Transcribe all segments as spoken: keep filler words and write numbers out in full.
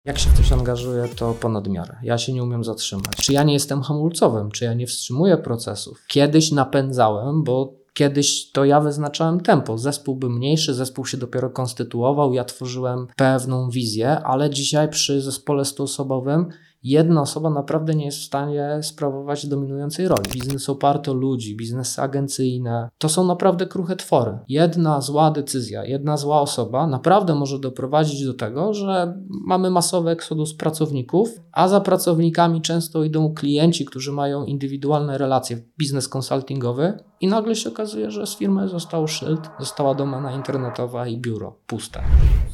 Jak się w coś angażuję, to ponad miarę. Ja się nie umiem zatrzymać. Czy ja nie jestem hamulcowym? Czy ja nie wstrzymuję procesów? Kiedyś napędzałem, bo kiedyś to ja wyznaczałem tempo. Zespół był mniejszy, zespół się dopiero konstytuował, ja tworzyłem pewną wizję, ale dzisiaj przy zespole stuosobowym jedna osoba naprawdę nie jest w stanie sprawować dominującej roli. Biznes oparty o ludzi, biznesy agencyjne, to są naprawdę kruche twory. Jedna zła decyzja, jedna zła osoba naprawdę może doprowadzić do tego, że mamy masowy eksodus pracowników, a za pracownikami często idą klienci, którzy mają indywidualne relacje, biznes konsultingowy i nagle się okazuje, że z firmy został szyld, została domena internetowa i biuro puste.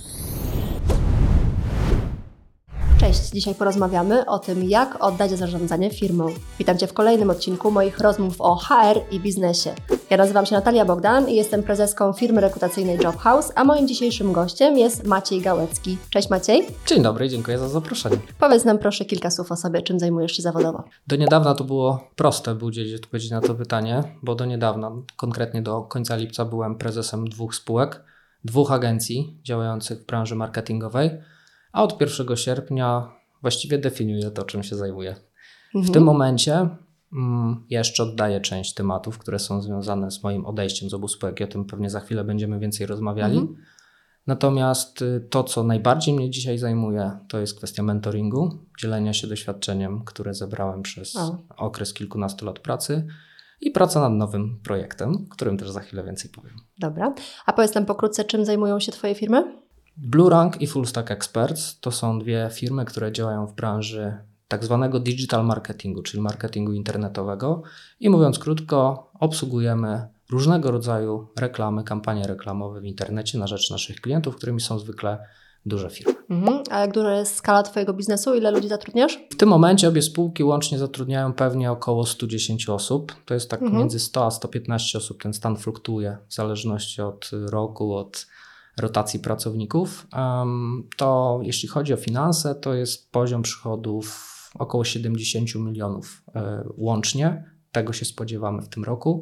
Cześć, dzisiaj porozmawiamy o tym, jak oddać zarządzanie firmą. Witam Cię w kolejnym odcinku moich rozmów o H R i biznesie. Ja nazywam się Natalia Bogdan i jestem prezeską firmy rekrutacyjnej Job House, a moim dzisiejszym gościem jest Maciej Gałecki. Cześć Maciej. Dzień dobry, dziękuję za zaproszenie. Powiedz nam proszę kilka słów o sobie, czym zajmujesz się zawodowo. Do niedawna to było proste, by udzielić odpowiedzi na to pytanie, bo do niedawna, konkretnie do końca lipca byłem prezesem dwóch spółek, dwóch agencji działających w branży marketingowej, a od pierwszego sierpnia właściwie definiuję to, czym się zajmuję. Mhm. W tym momencie mm, jeszcze oddaję część tematów, które są związane z moim odejściem z obu spółek i o tym pewnie za chwilę będziemy więcej rozmawiali. Mhm. Natomiast to, co najbardziej mnie dzisiaj zajmuje, to jest kwestia mentoringu, dzielenia się doświadczeniem, które zebrałem przez o. okres kilkunastu lat pracy i praca nad nowym projektem, o którym też za chwilę więcej powiem. Dobra. A powiedz nam pokrótce, czym zajmują się Twoje firmy? Bluerank i Full Stack Experts to są dwie firmy, które działają w branży tak zwanego digital marketingu, czyli marketingu internetowego i mówiąc krótko, obsługujemy różnego rodzaju reklamy, kampanie reklamowe w internecie na rzecz naszych klientów, którymi są zwykle duże firmy. Mhm. A jak duża jest skala Twojego biznesu? Ile ludzi zatrudniasz? W tym momencie obie spółki łącznie zatrudniają pewnie około sto dziesięć osób. To jest tak mhm. między sto a sto piętnaście osób. Ten stan fluktuuje w zależności od roku, od rotacji pracowników. To jeśli chodzi o finanse, to jest poziom przychodów około siedemdziesiąt milionów łącznie. Tego się spodziewamy w tym roku.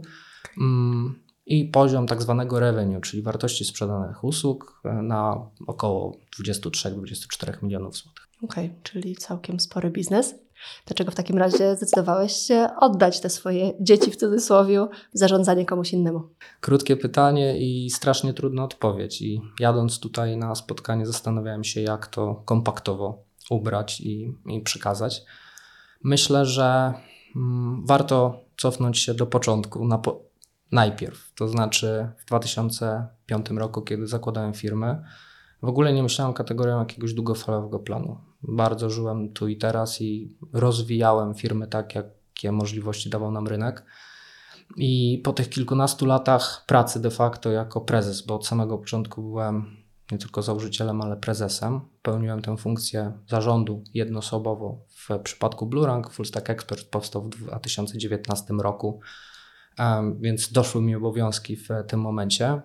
I poziom tak zwanego revenue, czyli wartości sprzedanych usług na około dwadzieścia trzy do dwudziestu czterech milionów złotych. Okej, okay, czyli całkiem spory biznes. Dlaczego w takim razie zdecydowałeś się oddać te swoje dzieci w cudzysłowie w zarządzanie komuś innemu? Krótkie pytanie i strasznie trudna odpowiedź. I jadąc tutaj na spotkanie zastanawiałem się, jak to kompaktowo ubrać i, i przekazać. Myślę, że mm, warto cofnąć się do początku, na po- najpierw. To znaczy w dwa tysiące piątym roku, kiedy zakładałem firmę, w ogóle nie myślałem kategorią jakiegoś długofalowego planu. Bardzo żyłem tu i teraz i rozwijałem firmy tak, jakie możliwości dawał nam rynek. I po tych kilkunastu latach pracy de facto jako prezes, bo od samego początku byłem nie tylko założycielem, ale prezesem, pełniłem tę funkcję zarządu jednoosobowo w przypadku Bluerank. Full Stack Experts powstał w dwa tysiące dziewiętnastym roku, więc doszły mi obowiązki w tym momencie.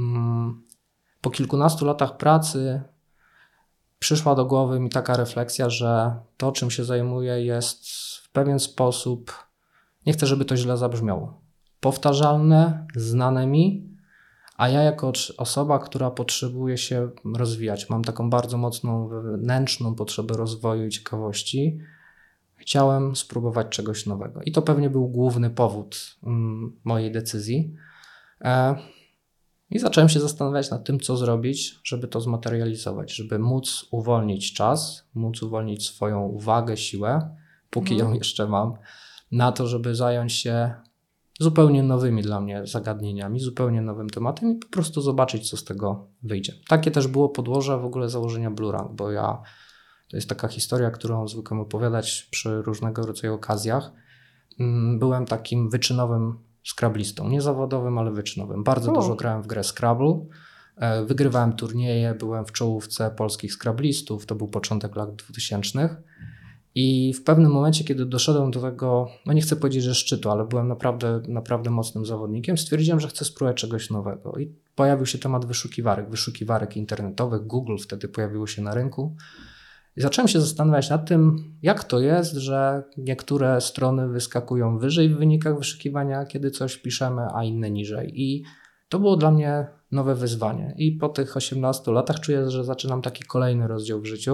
Po kilkunastu latach pracy przyszła do głowy mi taka refleksja, że to, czym się zajmuję, jest w pewien sposób, nie chcę, żeby to źle zabrzmiało, powtarzalne, znane mi, a ja jako osoba, która potrzebuje się rozwijać, mam taką bardzo mocną wewnętrzną potrzebę rozwoju i ciekawości, chciałem spróbować czegoś nowego. I to pewnie był główny powód mm, mojej decyzji. E- I zacząłem się zastanawiać nad tym, co zrobić, żeby to zmaterializować, żeby móc uwolnić czas, móc uwolnić swoją uwagę, siłę, póki mhm. ją jeszcze mam, na to, żeby zająć się zupełnie nowymi dla mnie zagadnieniami, zupełnie nowym tematem i po prostu zobaczyć, co z tego wyjdzie. Takie też było podłoże w ogóle założenia Bluerank, bo ja, to jest taka historia, którą zwykłem opowiadać przy różnego rodzaju okazjach. Byłem takim wyczynowym Scrabblistą, nie zawodowym, ale wyczynowym. Bardzo o. dużo grałem w grę Scrabble, wygrywałem turnieje, byłem w czołówce polskich Scrabblistów, to był początek lat dwutysięcznych i w pewnym momencie, kiedy doszedłem do tego, no nie chcę powiedzieć, że szczytu, ale byłem naprawdę, naprawdę mocnym zawodnikiem, stwierdziłem, że chcę spróbować czegoś nowego i pojawił się temat wyszukiwarek, wyszukiwarek internetowych, Google wtedy pojawiło się na rynku. I zacząłem się zastanawiać nad tym, jak to jest, że niektóre strony wyskakują wyżej w wynikach wyszukiwania, kiedy coś piszemy, a inne niżej. I to było dla mnie nowe wyzwanie. I po tych osiemnastu latach czuję, że zaczynam taki kolejny rozdział w życiu,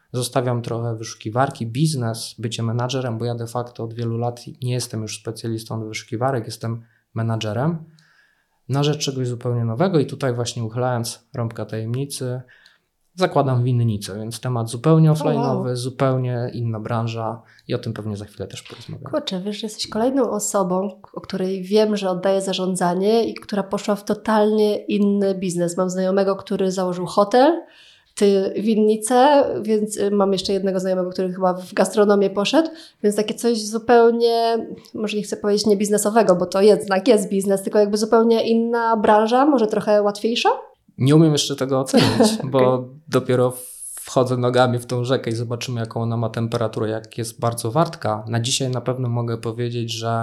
Zostawiam trochę wyszukiwarki, biznes, bycie menadżerem, bo ja de facto od wielu lat nie jestem już specjalistą od wyszukiwarek, jestem menadżerem na rzecz czegoś zupełnie nowego i tutaj właśnie uchylając rąbka tajemnicy, zakładam winnicę, więc temat zupełnie offline'owy, wow. zupełnie inna branża i o tym pewnie za chwilę też porozmawiamy. Kurczę, wiesz, że jesteś kolejną osobą, o której wiem, że oddaje zarządzanie i która poszła w totalnie inny biznes. Mam znajomego, który założył hotel, ty winnicę, więc mam jeszcze jednego znajomego, który chyba w gastronomię poszedł, więc takie coś zupełnie, może nie chcę powiedzieć nie biznesowego, bo to jednak jest biznes, tylko jakby zupełnie inna branża, może trochę łatwiejsza? Nie umiem jeszcze tego ocenić, okay. bo dopiero wchodzę nogami w tą rzekę i zobaczymy, jaką ona ma temperaturę, jak jest bardzo wartka. Na dzisiaj na pewno mogę powiedzieć, że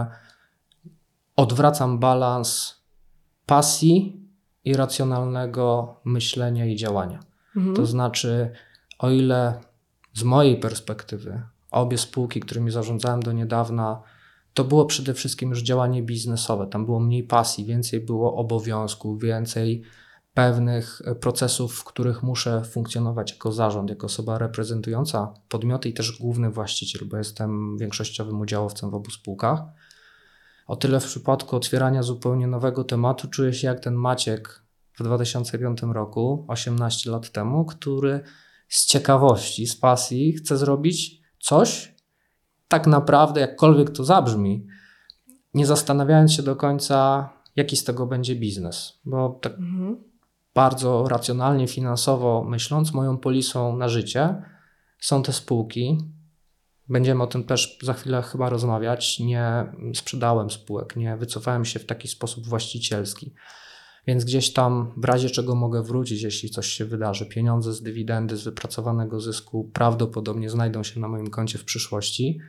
odwracam balans pasji i racjonalnego myślenia i działania. Mhm. To znaczy, o ile z mojej perspektywy obie spółki, którymi zarządzałem do niedawna, to było przede wszystkim już działanie biznesowe. Tam było mniej pasji, więcej było obowiązków, więcej pewnych procesów, w których muszę funkcjonować jako zarząd, jako osoba reprezentująca podmioty i też główny właściciel, bo jestem większościowym udziałowcem w obu spółkach. O tyle w przypadku otwierania zupełnie nowego tematu czuję się jak ten Maciek w dwa tysiące piątym roku, osiemnaście lat temu, który z ciekawości, z pasji chce zrobić coś, tak naprawdę, jakkolwiek to zabrzmi, nie zastanawiając się do końca, jaki z tego będzie biznes. Bo tak mhm. bardzo racjonalnie, finansowo myśląc, moją polisą na życie są te spółki. Będziemy o tym też za chwilę chyba rozmawiać. Nie sprzedałem spółek, nie wycofałem się w taki sposób właścicielski. Więc gdzieś tam w razie czego mogę wrócić, jeśli coś się wydarzy. Pieniądze z dywidendy, z wypracowanego zysku prawdopodobnie znajdą się na moim koncie w przyszłości.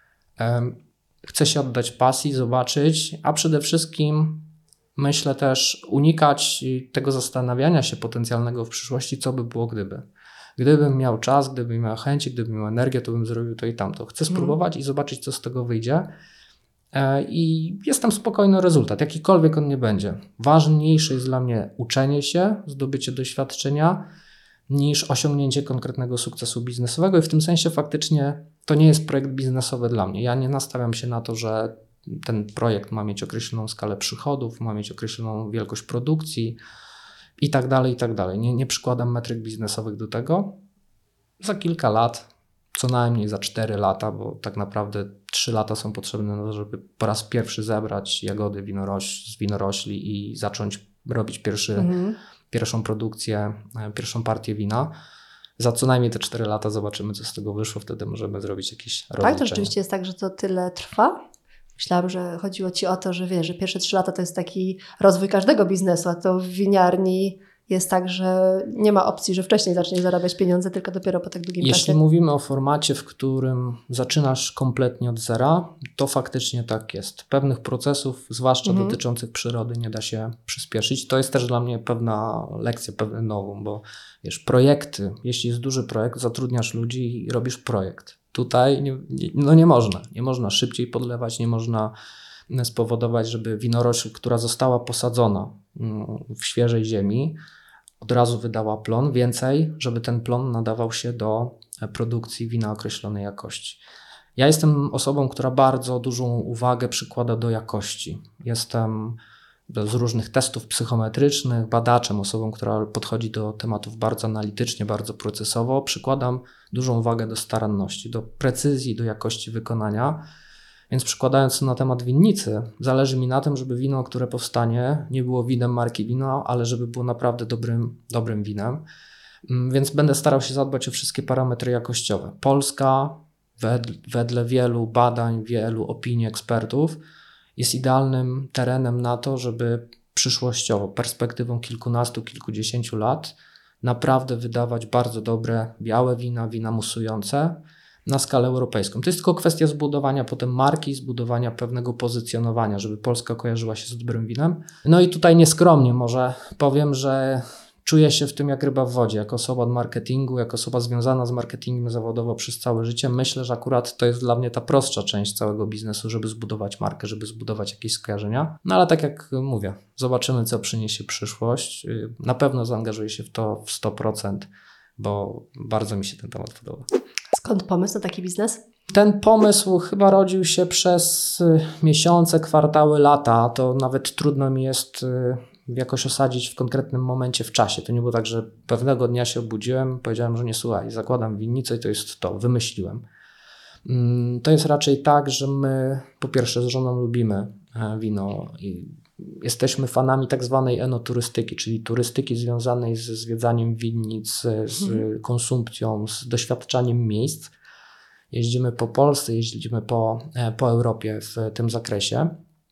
Chcę się oddać pasji, zobaczyć, a przede wszystkim myślę też unikać tego zastanawiania się potencjalnego w przyszłości, co by było gdyby. Gdybym miał czas, gdybym miał chęci, gdybym miał energię, to bym zrobił to i tamto. Chcę spróbować hmm. i zobaczyć, co z tego wyjdzie. I jestem spokojny o rezultat, jakikolwiek on nie będzie. Ważniejsze jest dla mnie uczenie się, zdobycie doświadczenia, niż osiągnięcie konkretnego sukcesu biznesowego i w tym sensie faktycznie to nie jest projekt biznesowy dla mnie. Ja nie nastawiam się na to, że ten projekt ma mieć określoną skalę przychodów, ma mieć określoną wielkość produkcji i tak dalej, i tak dalej. Nie, nie przykładam metryk biznesowych do tego. Za kilka lat, co najmniej za cztery lata, bo tak naprawdę trzy lata są potrzebne na to, żeby po raz pierwszy zebrać jagody winoroś, z winorośli i zacząć robić pierwszy, mhm. pierwszą produkcję, pierwszą partię wina. Za co najmniej te cztery lata zobaczymy, co z tego wyszło, wtedy możemy zrobić jakieś rozliczenie. Tak, to rzeczywiście jest tak, że to tyle trwa? Myślałam, że chodziło Ci o to, że wiesz, że pierwsze trzy lata to jest taki rozwój każdego biznesu, a to w winiarni jest tak, że nie ma opcji, że wcześniej zaczniesz zarabiać pieniądze, tylko dopiero po tak długim Jeśli czasie. Jeśli mówimy o formacie, w którym zaczynasz kompletnie od zera, to faktycznie tak jest. Pewnych procesów, zwłaszcza mhm. dotyczących przyrody, nie da się przyspieszyć. To jest też dla mnie pewna lekcja, pewne nowum, bo wiesz, projekty, jeśli jest duży projekt, zatrudniasz ludzi i robisz projekt. Tutaj nie, nie, no nie można. Nie można szybciej podlewać, nie można spowodować, żeby winorośl, która została posadzona w świeżej ziemi, od razu wydała plon. Więcej, żeby ten plon nadawał się do produkcji wina określonej jakości. Ja jestem osobą, która bardzo dużą uwagę przykłada do jakości. Jestem z różnych testów psychometrycznych, badaczem, osobą, która podchodzi do tematów bardzo analitycznie, bardzo procesowo. Przykładam dużą uwagę do staranności, do precyzji, do jakości wykonania. Więc przykładając na temat winnicy, zależy mi na tym, żeby wino, które powstanie, nie było winem marki wino, ale żeby było naprawdę dobrym, dobrym winem. Więc będę starał się zadbać o wszystkie parametry jakościowe. Polska, wedle, wedle wielu badań, wielu opinii ekspertów, jest idealnym terenem na to, żeby przyszłościowo, perspektywą kilkunastu, kilkudziesięciu lat naprawdę wydawać bardzo dobre białe wina, wina musujące na skalę europejską. To jest tylko kwestia zbudowania potem marki, zbudowania pewnego pozycjonowania, żeby Polska kojarzyła się z dobrym winem. No i tutaj nieskromnie może powiem, że czuję się w tym jak ryba w wodzie, jako osoba od marketingu, jako osoba związana z marketingiem zawodowo przez całe życie. Myślę, że akurat to jest dla mnie ta prostsza część całego biznesu, żeby zbudować markę, żeby zbudować jakieś skojarzenia. No ale tak jak mówię, zobaczymy, co przyniesie przyszłość. Na pewno zaangażuję się w to w sto procent. bo bardzo mi się ten temat podoba. Skąd pomysł na taki biznes? Ten pomysł chyba rodził się przez miesiące, kwartały, lata. To nawet trudno mi jest jakoś osadzić w konkretnym momencie w czasie. To nie było tak, że pewnego dnia się obudziłem, powiedziałem, że nie, słuchaj, zakładam winnicę i to jest to, wymyśliłem. To jest raczej tak, że my po pierwsze z żoną lubimy wino i jesteśmy fanami tak zwanej enoturystyki, czyli turystyki związanej ze zwiedzaniem winnic, z hmm. konsumpcją, z doświadczaniem miejsc. Jeździmy po Polsce, jeździmy po, po Europie w tym zakresie.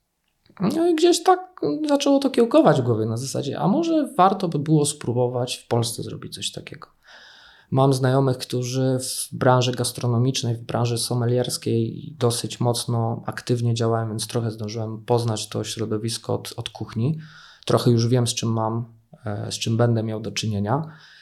No i gdzieś tak zaczęło to kiełkować w głowie na zasadzie, a może warto by było spróbować w Polsce zrobić coś takiego. Mam znajomych, którzy w branży gastronomicznej, w branży sommelierskiej dosyć mocno aktywnie działają, więc trochę zdążyłem poznać to środowisko od, od kuchni. Trochę już wiem, z czym mam, z czym będę miał do czynienia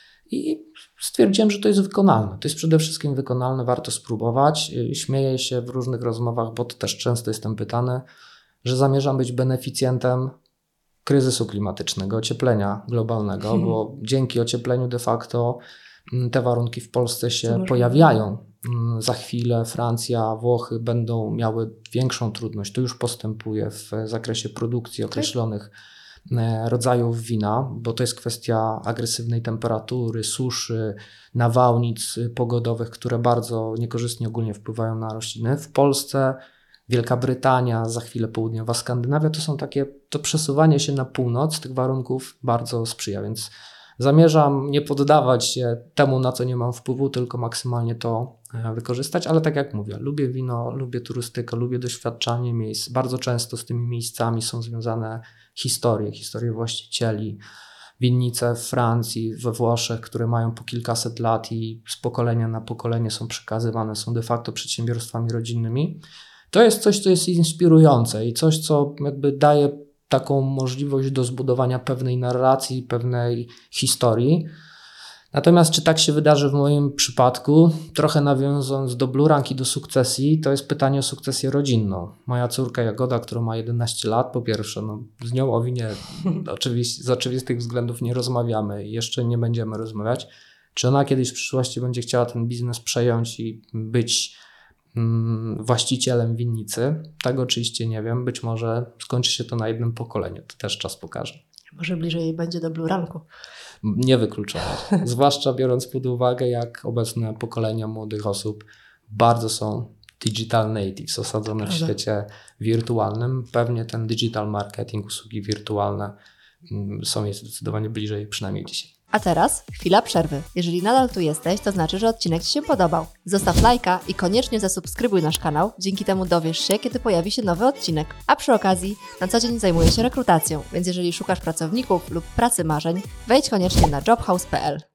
i stwierdziłem, że to jest wykonalne. To jest przede wszystkim wykonalne, warto spróbować. Śmieję się w różnych rozmowach, bo to też często jestem pytany, że zamierzam być beneficjentem kryzysu klimatycznego, ocieplenia globalnego, hmm. bo dzięki ociepleniu de facto te warunki w Polsce się pojawiają. Za chwilę Francja, Włochy będą miały większą trudność. To już postępuje w zakresie produkcji określonych rodzajów wina, bo to jest kwestia agresywnej temperatury, suszy, nawałnic pogodowych, które bardzo niekorzystnie ogólnie wpływają na rośliny. W Polsce, Wielka Brytania, za chwilę południowa Skandynawia, to są takie, to przesuwanie się na północ tych warunków bardzo sprzyja, więc zamierzam nie poddawać się temu, na co nie mam wpływu, tylko maksymalnie to wykorzystać, ale tak jak mówię, lubię wino, lubię turystykę, lubię doświadczanie miejsc. Bardzo często z tymi miejscami są związane historie, historie właścicieli, winnice w Francji, we Włoszech, które mają po kilkaset lat i z pokolenia na pokolenie są przekazywane, są de facto przedsiębiorstwami rodzinnymi. To jest coś, co jest inspirujące i coś, co jakby daje taką możliwość do zbudowania pewnej narracji, pewnej historii. Natomiast czy tak się wydarzy w moim przypadku? Trochę nawiązując do Blue Rank i do sukcesji, to jest pytanie o sukcesję rodzinną. Moja córka Jagoda, która ma jedenaście lat, po pierwsze, no, z nią o winie oczywiście, z oczywistych względów nie rozmawiamy i jeszcze nie będziemy rozmawiać. Czy ona kiedyś w przyszłości będzie chciała ten biznes przejąć i być mm, właścicielem winnicy? Tego oczywiście nie wiem. Być może skończy się to na jednym pokoleniu. To też czas pokaże. Może bliżej będzie do Blue Ranku. Niewykluczone. Zwłaszcza biorąc pod uwagę, jak obecne pokolenia młodych osób bardzo są digital natives, osadzone w świecie wirtualnym. Pewnie ten digital marketing, usługi wirtualne są jej zdecydowanie bliżej, przynajmniej dzisiaj. A teraz chwila przerwy. Jeżeli nadal tu jesteś, to znaczy, że odcinek Ci się podobał. Zostaw lajka i koniecznie zasubskrybuj nasz kanał. Dzięki temu dowiesz się, kiedy pojawi się nowy odcinek. A przy okazji, na co dzień zajmuję się rekrutacją, więc jeżeli szukasz pracowników lub pracy marzeń, wejdź koniecznie na jobhouse kropka p l.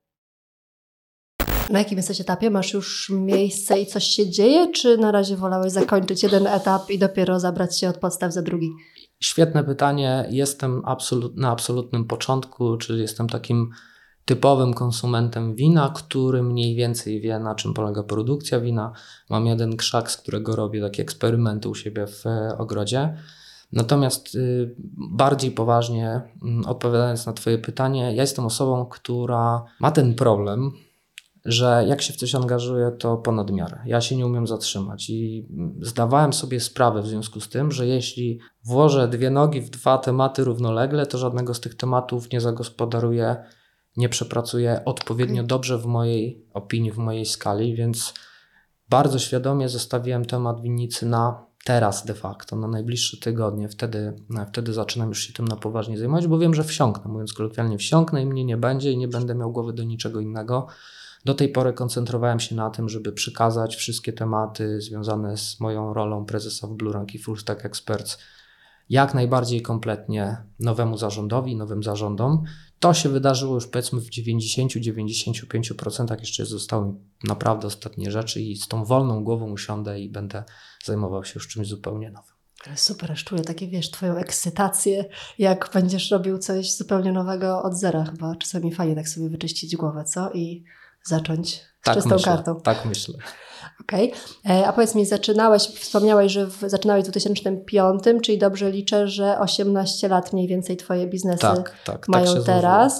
Na jakim jesteś etapie? Masz już miejsce i coś się dzieje, czy na razie wolałeś zakończyć jeden etap i dopiero zabrać się od podstaw za drugi? Świetne pytanie. Jestem absolut, na absolutnym początku, czyli jestem takim typowym konsumentem wina, który mniej więcej wie, na czym polega produkcja wina. Mam jeden krzak, z którego robię takie eksperymenty u siebie w ogrodzie. Natomiast y, bardziej poważnie y, odpowiadając na Twoje pytanie, ja jestem osobą, która ma ten problem, że jak się w coś angażuję, to ponad miarę. Ja się nie umiem zatrzymać i zdawałem sobie sprawę w związku z tym, że jeśli włożę dwie nogi w dwa tematy równolegle, to żadnego z tych tematów nie zagospodaruję, nie przepracuję odpowiednio dobrze w mojej opinii, w mojej skali, więc bardzo świadomie zostawiłem temat winnicy na teraz de facto, na najbliższe tygodnie. Wtedy, wtedy zaczynam już się tym na poważnie zajmować, bo wiem, że wsiąknę, mówiąc kolokwialnie, wsiąknę i mnie nie będzie i nie będę miał głowy do niczego innego. Do tej pory koncentrowałem się na tym, żeby przekazać wszystkie tematy związane z moją rolą prezesa w Blue Rank i Full Stack Experts jak najbardziej kompletnie nowemu zarządowi, nowym zarządom. To się wydarzyło już powiedzmy w dziewięćdziesiąt do dziewięćdziesięciu pięciu procent, jeszcze zostały mi naprawdę ostatnie rzeczy i z tą wolną głową usiądę i będę zajmował się już czymś zupełnie nowym. Ale super, aż czuję takie, wiesz, Twoją ekscytację, jak będziesz robił coś zupełnie nowego od zera. Chyba czasami fajnie tak sobie wyczyścić głowę, co? I zacząć z tak czystą myślę, kartą. Tak myślę. Okej. Okay. A powiedz mi, zaczynałeś, wspomniałeś, że w, zaczynałeś w dwa tysiące piątym, czyli dobrze liczę, że osiemnaście lat mniej więcej Twoje biznesy tak, tak, mają tak się teraz. złożyło.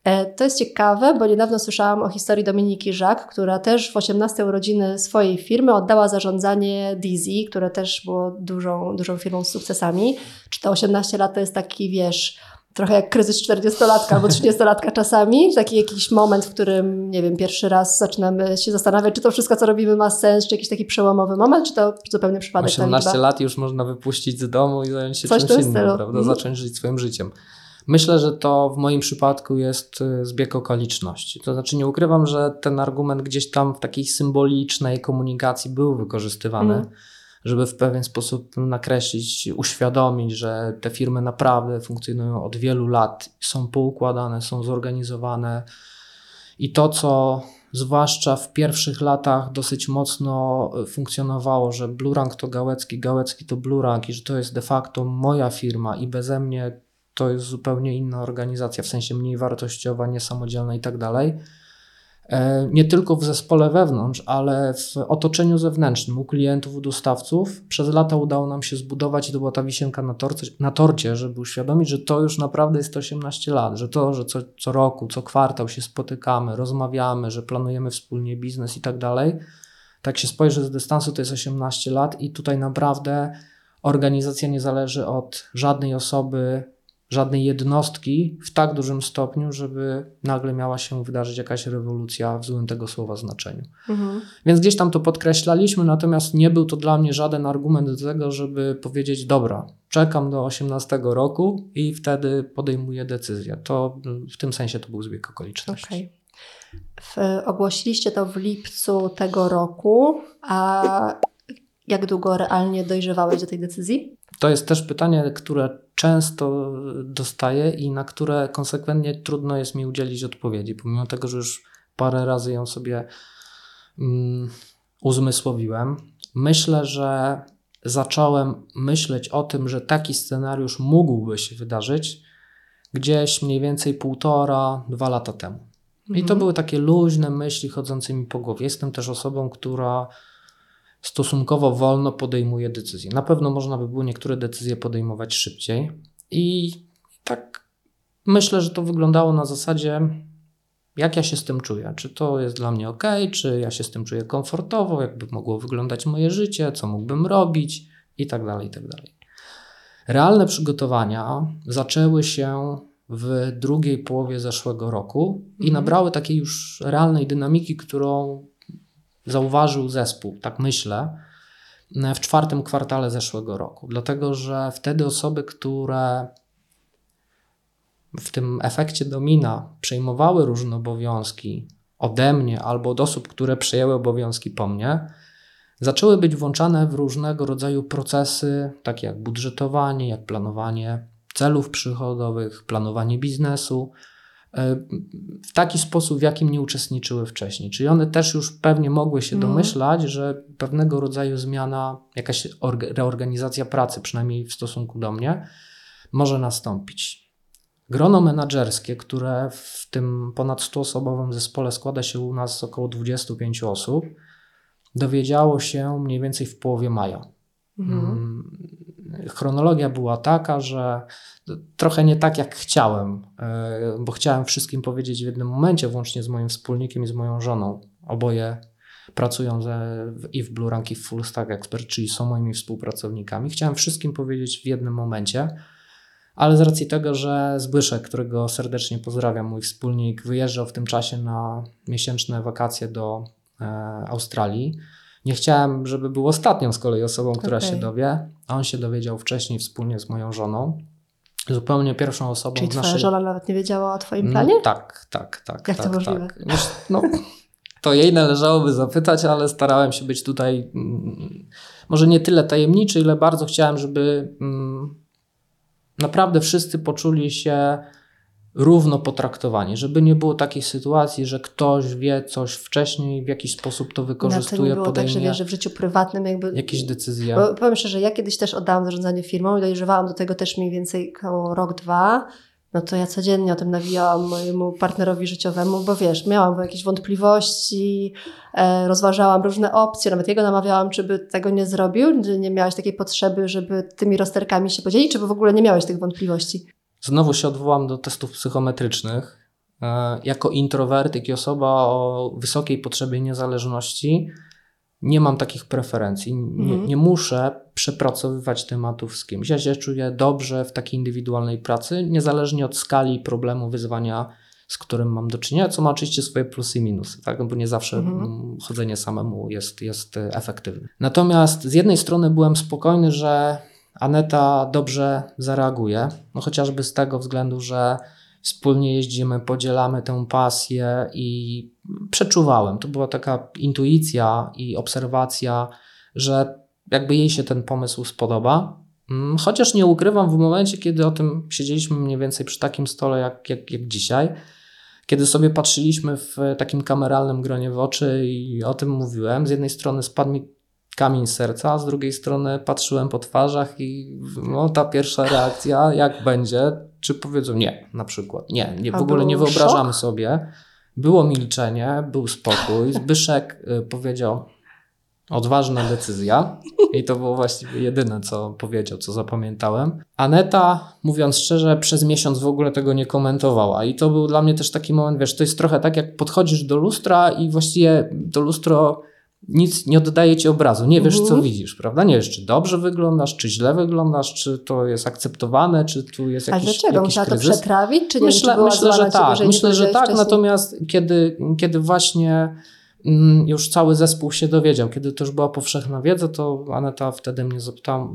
To jest ciekawe, bo niedawno słyszałam o historii Dominiki Żak, która też w osiemnaste urodziny swojej firmy oddała zarządzanie Dizzy, które też było dużą, dużą firmą z sukcesami. Czy te osiemnaście lat to jest taki, wiesz, trochę jak kryzys czterdziestolatka albo trzydziestolatka czasami, taki jakiś moment, w którym, nie wiem, pierwszy raz zaczynamy się zastanawiać, czy to wszystko, co robimy, ma sens, czy jakiś taki przełomowy moment, czy to zupełnie przypadek. osiemnaście lat już można wypuścić z domu i zająć się Coś czymś innym, stylu. prawda? Mm. Zacząć żyć swoim życiem. Myślę, że to w moim przypadku jest zbieg okoliczności. To znaczy nie ukrywam, że ten argument gdzieś tam w takiej symbolicznej komunikacji był wykorzystywany, mm. żeby w pewien sposób nakreślić, uświadomić, że te firmy naprawdę funkcjonują od wielu lat, są poukładane, są zorganizowane i to, co zwłaszcza w pierwszych latach dosyć mocno funkcjonowało, że Blurank to Gałecki, Gałecki to Blurank i że to jest de facto moja firma i beze mnie to jest zupełnie inna organizacja, w sensie mniej wartościowa, niesamodzielna i tak dalej. Nie tylko w zespole wewnątrz, ale w otoczeniu zewnętrznym, u klientów, u dostawców. Przez lata udało nam się zbudować i to była ta wisienka na torcie, na torcie, żeby uświadomić, że to już naprawdę jest osiemnaście lat, że to, że co, co roku, co kwartał się spotykamy, rozmawiamy, że planujemy wspólnie biznes i tak dalej. Tak się spojrzy z dystansu, to jest osiemnaście lat i tutaj naprawdę organizacja nie zależy od żadnej osoby, żadnej jednostki w tak dużym stopniu, żeby nagle miała się wydarzyć jakaś rewolucja w złym tego słowa znaczeniu. Mhm. Więc gdzieś tam to podkreślaliśmy, natomiast nie był to dla mnie żaden argument do tego, żeby powiedzieć, dobra, czekam do osiemnastego roku i wtedy podejmuję decyzję. To w tym sensie to był zbieg okoliczności. Okay. W, ogłosiliście to w lipcu tego roku, a jak długo realnie dojrzewałeś do tej decyzji? To jest też pytanie, które często dostaję i na które konsekwentnie trudno jest mi udzielić odpowiedzi, pomimo tego, że już parę razy ją sobie um, uzmysłowiłem. Myślę, że zacząłem myśleć o tym, że taki scenariusz mógłby się wydarzyć gdzieś mniej więcej półtora, dwa lata temu. Mhm. I to były takie luźne myśli chodzące mi po głowie. Jestem też osobą, która stosunkowo wolno podejmuje decyzje. Na pewno można by było niektóre decyzje podejmować szybciej i tak myślę, że to wyglądało na zasadzie, jak ja się z tym czuję. Czy to jest dla mnie ok, czy ja się z tym czuję komfortowo, jakby mogło wyglądać moje życie, co mógłbym robić i tak dalej, i tak dalej. Realne przygotowania zaczęły się w drugiej połowie zeszłego roku i nabrały takiej już realnej dynamiki, którą zauważył zespół, tak myślę, w czwartym kwartale zeszłego roku. Dlatego, że wtedy osoby, które w tym efekcie domina przejmowały różne obowiązki ode mnie albo od osób, które przejęły obowiązki po mnie, zaczęły być włączane w różnego rodzaju procesy, takie jak budżetowanie, jak planowanie celów przychodowych, planowanie biznesu, w taki sposób, w jakim nie uczestniczyły wcześniej. Czyli one też już pewnie mogły się domyślać, mm. że pewnego rodzaju zmiana, jakaś orga, reorganizacja pracy, przynajmniej w stosunku do mnie, może nastąpić. Grono menadżerskie, które w tym ponad stuosobowym zespole składa się u nas z około dwudziestu pięciu osób, dowiedziało się mniej więcej w połowie maja. Mm. Chronologia była taka, że trochę nie tak jak chciałem, bo chciałem wszystkim powiedzieć w jednym momencie, włącznie z moim wspólnikiem i z moją żoną. Oboje pracują ze, i w Blurank, i w Full Stack Expert, czyli są moimi współpracownikami. Chciałem wszystkim powiedzieć w jednym momencie, ale z racji tego, że Zbyszek, którego serdecznie pozdrawiam, mój wspólnik, wyjeżdżał w tym czasie na miesięczne wakacje do e, Australii, nie chciałem, żeby był ostatnią z kolei osobą, która okay. się dowie, a on się dowiedział wcześniej wspólnie z moją żoną. Zupełnie pierwszą osobą. Czyli w twoja naszej... żona nawet nie wiedziała o twoim planie? No, tak, tak, tak. Jak tak, to możliwe? Tak. Wiesz, no, to jej należałoby zapytać, ale starałem się być tutaj mm, może nie tyle tajemniczy, ile bardzo chciałem, żeby mm, naprawdę wszyscy poczuli się równo potraktowani, żeby nie było takiej sytuacji, że ktoś wie coś wcześniej, w jakiś sposób to wykorzystuje, nie było podejmie tak, że wiesz, że w życiu prywatnym jakby... jakieś decyzje. Bo powiem szczerze, ja kiedyś też oddałam zarządzanie firmą i dojrzewałam do tego też mniej więcej około rok, dwa, no to ja codziennie o tym nawijałam mojemu partnerowi życiowemu, bo wiesz, miałam jakieś wątpliwości, e, rozważałam różne opcje, nawet jego namawiałam, czy by tego nie zrobił, czy nie miałeś takiej potrzeby, żeby tymi rozterkami się podzielić, czy w ogóle nie miałeś tych wątpliwości? Znowu się odwołam do testów psychometrycznych jako introwertyk i osoba o wysokiej potrzebie niezależności nie mam takich preferencji. Nie, mhm. nie muszę przepracowywać tematów z kimś. Ja się czuję dobrze w takiej indywidualnej pracy, niezależnie od skali problemu, wyzwania, z którym mam do czynienia, co ma oczywiście swoje plusy i minusy, tak? Bo nie zawsze mhm. chodzenie samemu jest, jest efektywne. Natomiast z jednej strony byłem spokojny, że Aneta dobrze zareaguje, no chociażby z tego względu, że wspólnie jeździmy, podzielamy tę pasję i przeczuwałem. To była taka intuicja i obserwacja, że jakby jej się ten pomysł spodoba. Chociaż nie ukrywam, w momencie, kiedy o tym siedzieliśmy mniej więcej przy takim stole jak, jak, jak dzisiaj, kiedy sobie patrzyliśmy w takim kameralnym gronie w oczy i o tym mówiłem, z jednej strony spadł mi kamień z serca, a z drugiej strony patrzyłem po twarzach i no, ta pierwsza reakcja, jak będzie, czy powiedzą nie, na przykład. Nie, nie w a ogóle nie wyobrażamy szok? sobie. Było milczenie, był spokój. Zbyszek y, powiedział, odważna decyzja i to było właściwie jedyne, co powiedział, co zapamiętałem. Aneta, mówiąc szczerze, przez miesiąc w ogóle tego nie komentowała i to był dla mnie też taki moment, wiesz, to jest trochę tak, jak podchodzisz do lustra i właściwie to lustro nic nie oddaje ci obrazu, nie wiesz, mhm. co widzisz, prawda? Nie wiesz, czy dobrze wyglądasz, czy źle wyglądasz, czy to jest akceptowane, czy tu jest jakiś, jakiś kryzys. A dlaczego? Musiała to przetrawić? Czy nie myślę, wiem, czy myślę, że tak, myślę, że tak, wcześniej? Natomiast kiedy, kiedy właśnie mm, już cały zespół się dowiedział, kiedy to już była powszechna wiedza, to Aneta wtedy mnie zapytała,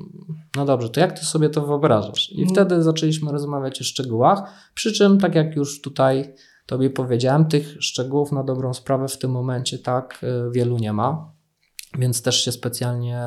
no dobrze, to jak ty sobie to wyobrażasz? I mhm. wtedy zaczęliśmy rozmawiać o szczegółach, przy czym, tak jak już tutaj Tobie powiedziałem, tych szczegółów na dobrą sprawę w tym momencie tak wielu nie ma, więc też się specjalnie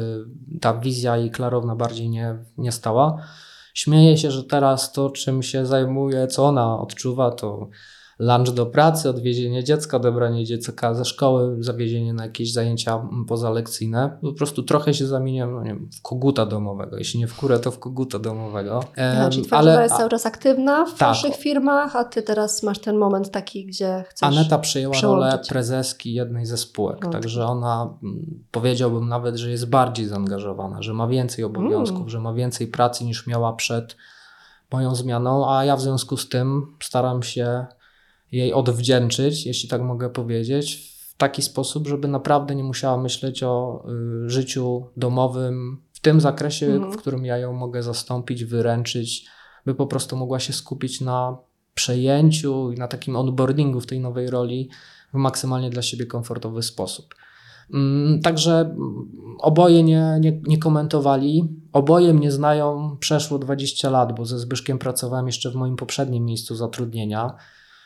ta wizja i klarowna bardziej nie, nie stała. Śmieję się, że teraz to, czym się zajmuję, co ona odczuwa, to lunch do pracy, odwiezienie dziecka, odebranie dziecka ze szkoły, zawiezienie na jakieś zajęcia pozalekcyjne. Po prostu trochę się zamieniam, no nie wiem, w koguta domowego. Jeśli nie w kurę, to w koguta domowego. Ja, czyli twoja żona jest cały czas aktywna w tak. waszych firmach, a ty teraz masz ten moment taki, gdzie chcesz Aneta przejęła przełączyć. rolę prezeski jednej ze spółek, no. Także ona, powiedziałbym nawet, że jest bardziej zaangażowana, że ma więcej obowiązków, mm. że ma więcej pracy niż miała przed moją zmianą, a ja w związku z tym staram się jej odwdzięczyć, jeśli tak mogę powiedzieć, w taki sposób, żeby naprawdę nie musiała myśleć o y, życiu domowym w tym zakresie, mhm. w którym ja ją mogę zastąpić, wyręczyć, by po prostu mogła się skupić na przejęciu i na takim onboardingu w tej nowej roli w maksymalnie dla siebie komfortowy sposób. Ym, także oboje nie, nie, nie komentowali, oboje mnie znają, przeszło dwadzieścia lat, bo ze Zbyszkiem pracowałem jeszcze w moim poprzednim miejscu zatrudnienia.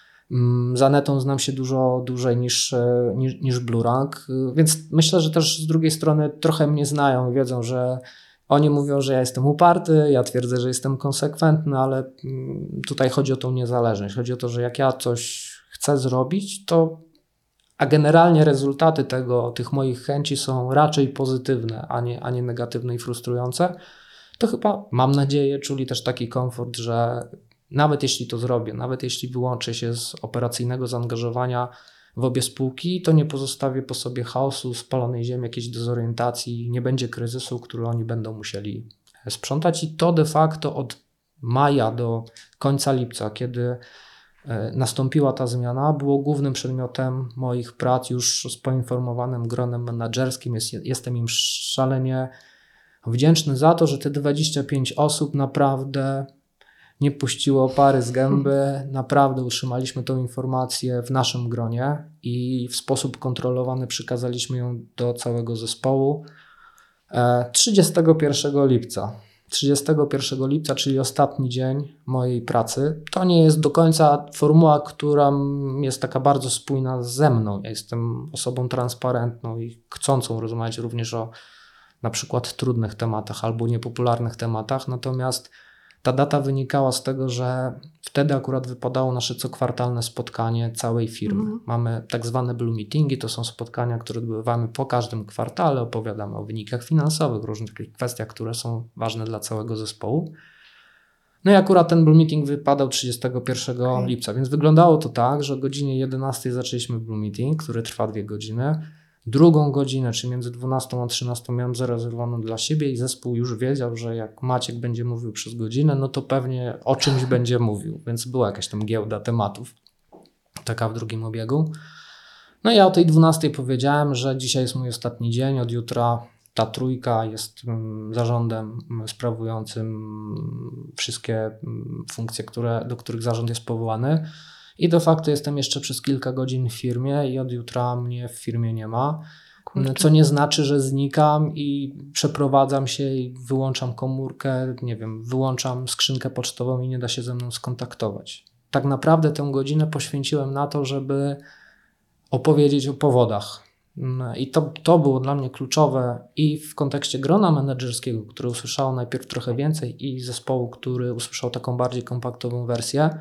Z Anetą znam się dużo dłużej niż, niż, niż Blurank, więc myślę, że też z drugiej strony trochę mnie znają i wiedzą, że oni mówią, że ja jestem uparty, ja twierdzę, że jestem konsekwentny, ale tutaj chodzi o tą niezależność. Chodzi o to, że jak ja coś chcę zrobić, to a generalnie rezultaty tego, tych moich chęci są raczej pozytywne, a nie, a nie negatywne i frustrujące, to chyba, mam nadzieję, czuli też taki komfort, że nawet jeśli to zrobię, nawet jeśli wyłączę się z operacyjnego zaangażowania w obie spółki, to nie pozostawię po sobie chaosu, spalonej ziemi, jakiejś dezorientacji, nie będzie kryzysu, który oni będą musieli sprzątać i to de facto od maja do końca lipca, kiedy nastąpiła ta zmiana, było głównym przedmiotem moich prac już z poinformowanym gronem menadżerskim. Jest, jestem im szalenie wdzięczny za to, że te dwadzieścia pięć osób naprawdę nie puściło pary z gęby, naprawdę utrzymaliśmy tą informację w naszym gronie i w sposób kontrolowany przekazaliśmy ją do całego zespołu. trzydziestego pierwszego lipca, trzydziestego pierwszego lipca, czyli ostatni dzień mojej pracy. To nie jest do końca formuła, która jest taka bardzo spójna ze mną. Ja jestem osobą transparentną i chcącą rozmawiać również o na przykład trudnych tematach albo niepopularnych tematach, natomiast ta data wynikała z tego, że wtedy akurat wypadało nasze cokwartalne spotkanie całej firmy. Mm. Mamy tak zwane blue meetingi, to są spotkania, które odbywamy po każdym kwartale, opowiadamy o wynikach finansowych, różnych kwestiach, które są ważne dla całego zespołu. No i akurat ten blue meeting wypadał trzydziestego pierwszego okay. lipca, więc wyglądało to tak, że o godzinie jedenastej zaczęliśmy blue meeting, który trwa dwie godziny. drugą godzinę, czy między dwunastą a trzynastą miałem zarezerwowaną dla siebie i zespół już wiedział, że jak Maciek będzie mówił przez godzinę, no to pewnie o czymś będzie mówił, więc była jakaś tam giełda tematów, taka w drugim obiegu. No i ja o tej dwunastej powiedziałem, że dzisiaj jest mój ostatni dzień, od jutra ta trójka jest zarządem sprawującym wszystkie funkcje, które, do których zarząd jest powołany. I de facto jestem jeszcze przez kilka godzin w firmie i od jutra mnie w firmie nie ma. Kurczę. Co nie znaczy, że znikam i przeprowadzam się i wyłączam komórkę, nie wiem, wyłączam skrzynkę pocztową i nie da się ze mną skontaktować. Tak naprawdę tę godzinę poświęciłem na to, żeby opowiedzieć o powodach. I to, to było dla mnie kluczowe i w kontekście grona menedżerskiego, które usłyszało najpierw trochę więcej, i zespołu, który usłyszał taką bardziej kompaktową wersję,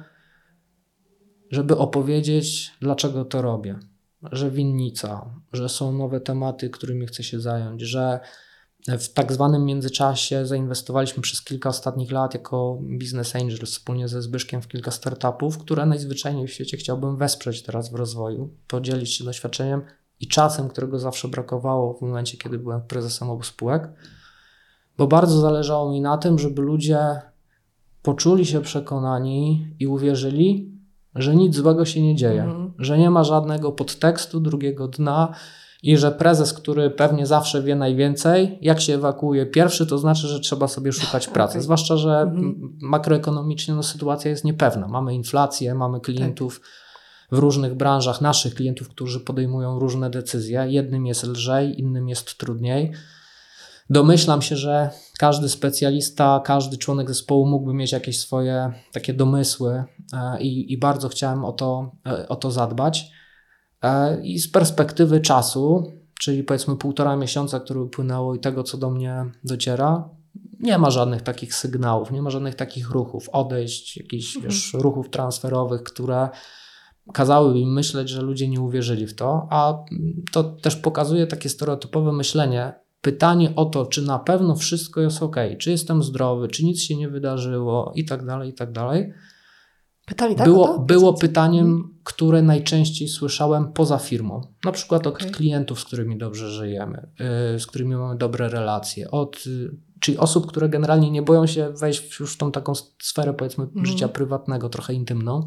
żeby opowiedzieć, dlaczego to robię, że winnica, że są nowe tematy, którymi chcę się zająć, że w tak zwanym międzyczasie zainwestowaliśmy przez kilka ostatnich lat jako Business Angel wspólnie ze Zbyszkiem w kilka startupów, które najzwyczajniej w świecie chciałbym wesprzeć teraz w rozwoju, podzielić się doświadczeniem i czasem, którego zawsze brakowało w momencie, kiedy byłem prezesem obu spółek, bo bardzo zależało mi na tym, żeby ludzie poczuli się przekonani i uwierzyli, że nic złego się nie dzieje, mm. że nie ma żadnego podtekstu, drugiego dna i że prezes, który pewnie zawsze wie najwięcej, jak się ewakuuje pierwszy, to znaczy, że trzeba sobie szukać pracy. Okay. Zwłaszcza, że mm. makroekonomicznie no, sytuacja jest niepewna. Mamy inflację, mamy klientów tak. w różnych branżach, naszych klientów, którzy podejmują różne decyzje. Jednym jest lżej, innym jest trudniej. Domyślam się, że każdy specjalista, każdy członek zespołu mógłby mieć jakieś swoje takie domysły i, i bardzo chciałem o to, o to zadbać. I z perspektywy czasu, czyli powiedzmy półtora miesiąca, które upłynęło i tego, co do mnie dociera, nie ma żadnych takich sygnałów, nie ma żadnych takich ruchów, odejść, jakichś mhm. wiesz, ruchów transferowych, które kazałyby im myśleć, że ludzie nie uwierzyli w to, a to też pokazuje takie stereotypowe myślenie. Pytanie o to, czy na pewno wszystko jest ok, czy jestem zdrowy, czy nic się nie wydarzyło i tak dalej, i tak dalej. Pytali, tak, było, to? było pytaniem, hmm. które najczęściej słyszałem poza firmą. Na przykład od okay. klientów, z którymi dobrze żyjemy, yy, z którymi mamy dobre relacje, od, yy, czyli osób, które generalnie nie boją się wejść już w tą taką sferę, powiedzmy, hmm. życia prywatnego, trochę intymną.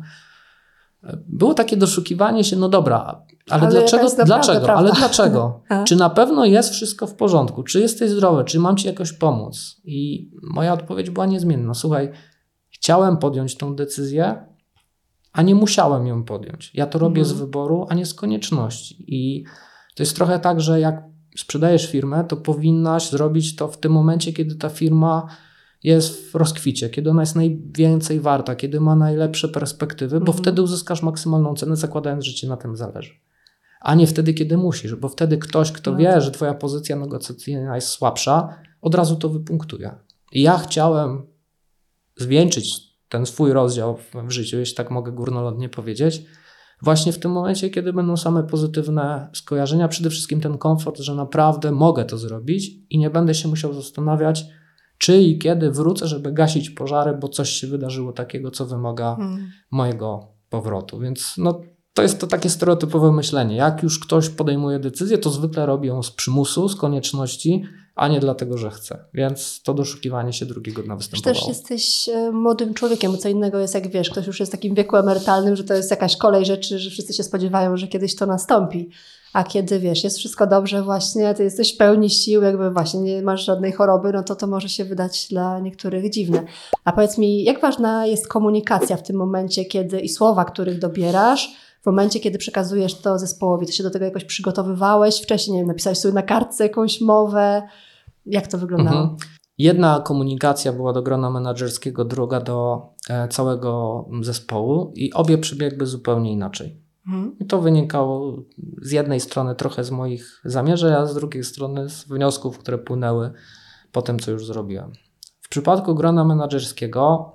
Było takie doszukiwanie się, no dobra, ale, ale dlaczego? dlaczego? Prawda. Ale dlaczego? Czy na pewno jest wszystko w porządku? Czy jesteś zdrowy? Czy mam ci jakoś pomóc? I moja odpowiedź była niezmienna. Słuchaj, chciałem podjąć tą decyzję, a nie musiałem ją podjąć. Ja to robię mhm. z wyboru, a nie z konieczności. I to jest trochę tak, że jak sprzedajesz firmę, to powinnaś zrobić to w tym momencie, kiedy ta firma jest w rozkwicie, kiedy ona jest najwięcej warta, kiedy ma najlepsze perspektywy, bo mhm. wtedy uzyskasz maksymalną cenę, zakładając, że ci na tym zależy. A nie wtedy, kiedy musisz, bo wtedy ktoś, kto no. wie, że twoja pozycja negocjacyjna jest słabsza, od razu to wypunktuje. I ja chciałem zwieńczyć ten swój rozdział w życiu, jeśli tak mogę górnolotnie powiedzieć, właśnie w tym momencie, kiedy będą same pozytywne skojarzenia, przede wszystkim ten komfort, że naprawdę mogę to zrobić i nie będę się musiał zastanawiać, czy i kiedy wrócę, żeby gasić pożary, bo coś się wydarzyło takiego, co wymaga hmm. mojego powrotu. Więc no, to jest to takie stereotypowe myślenie. Jak już ktoś podejmuje decyzję, to zwykle robi ją z przymusu, z konieczności, a nie dlatego, że chce. Więc to doszukiwanie się drugiego dnia występowało. Też jesteś młodym człowiekiem, bo co innego jest, jak wiesz, ktoś już jest w takim wieku emerytalnym, że to jest jakaś kolej rzeczy, że wszyscy się spodziewają, że kiedyś to nastąpi. A kiedy, wiesz, jest wszystko dobrze właśnie, ty jesteś w pełni sił, jakby właśnie nie masz żadnej choroby, no to to może się wydać dla niektórych dziwne. A powiedz mi, jak ważna jest komunikacja w tym momencie, kiedy i słowa, których dobierasz, w momencie, kiedy przekazujesz to zespołowi? Ty się do tego jakoś przygotowywałeś wcześniej, nie wiem, napisałeś sobie na kartce jakąś mowę? Jak to wyglądało? Mhm. Jedna komunikacja była do grona menedżerskiego, druga do e, całego zespołu i obie przebiegły zupełnie inaczej. Mhm. I to wynikało z jednej strony trochę z moich zamierzeń, a z drugiej strony z wniosków, które płynęły po tym, co już zrobiłem. W przypadku grona menedżerskiego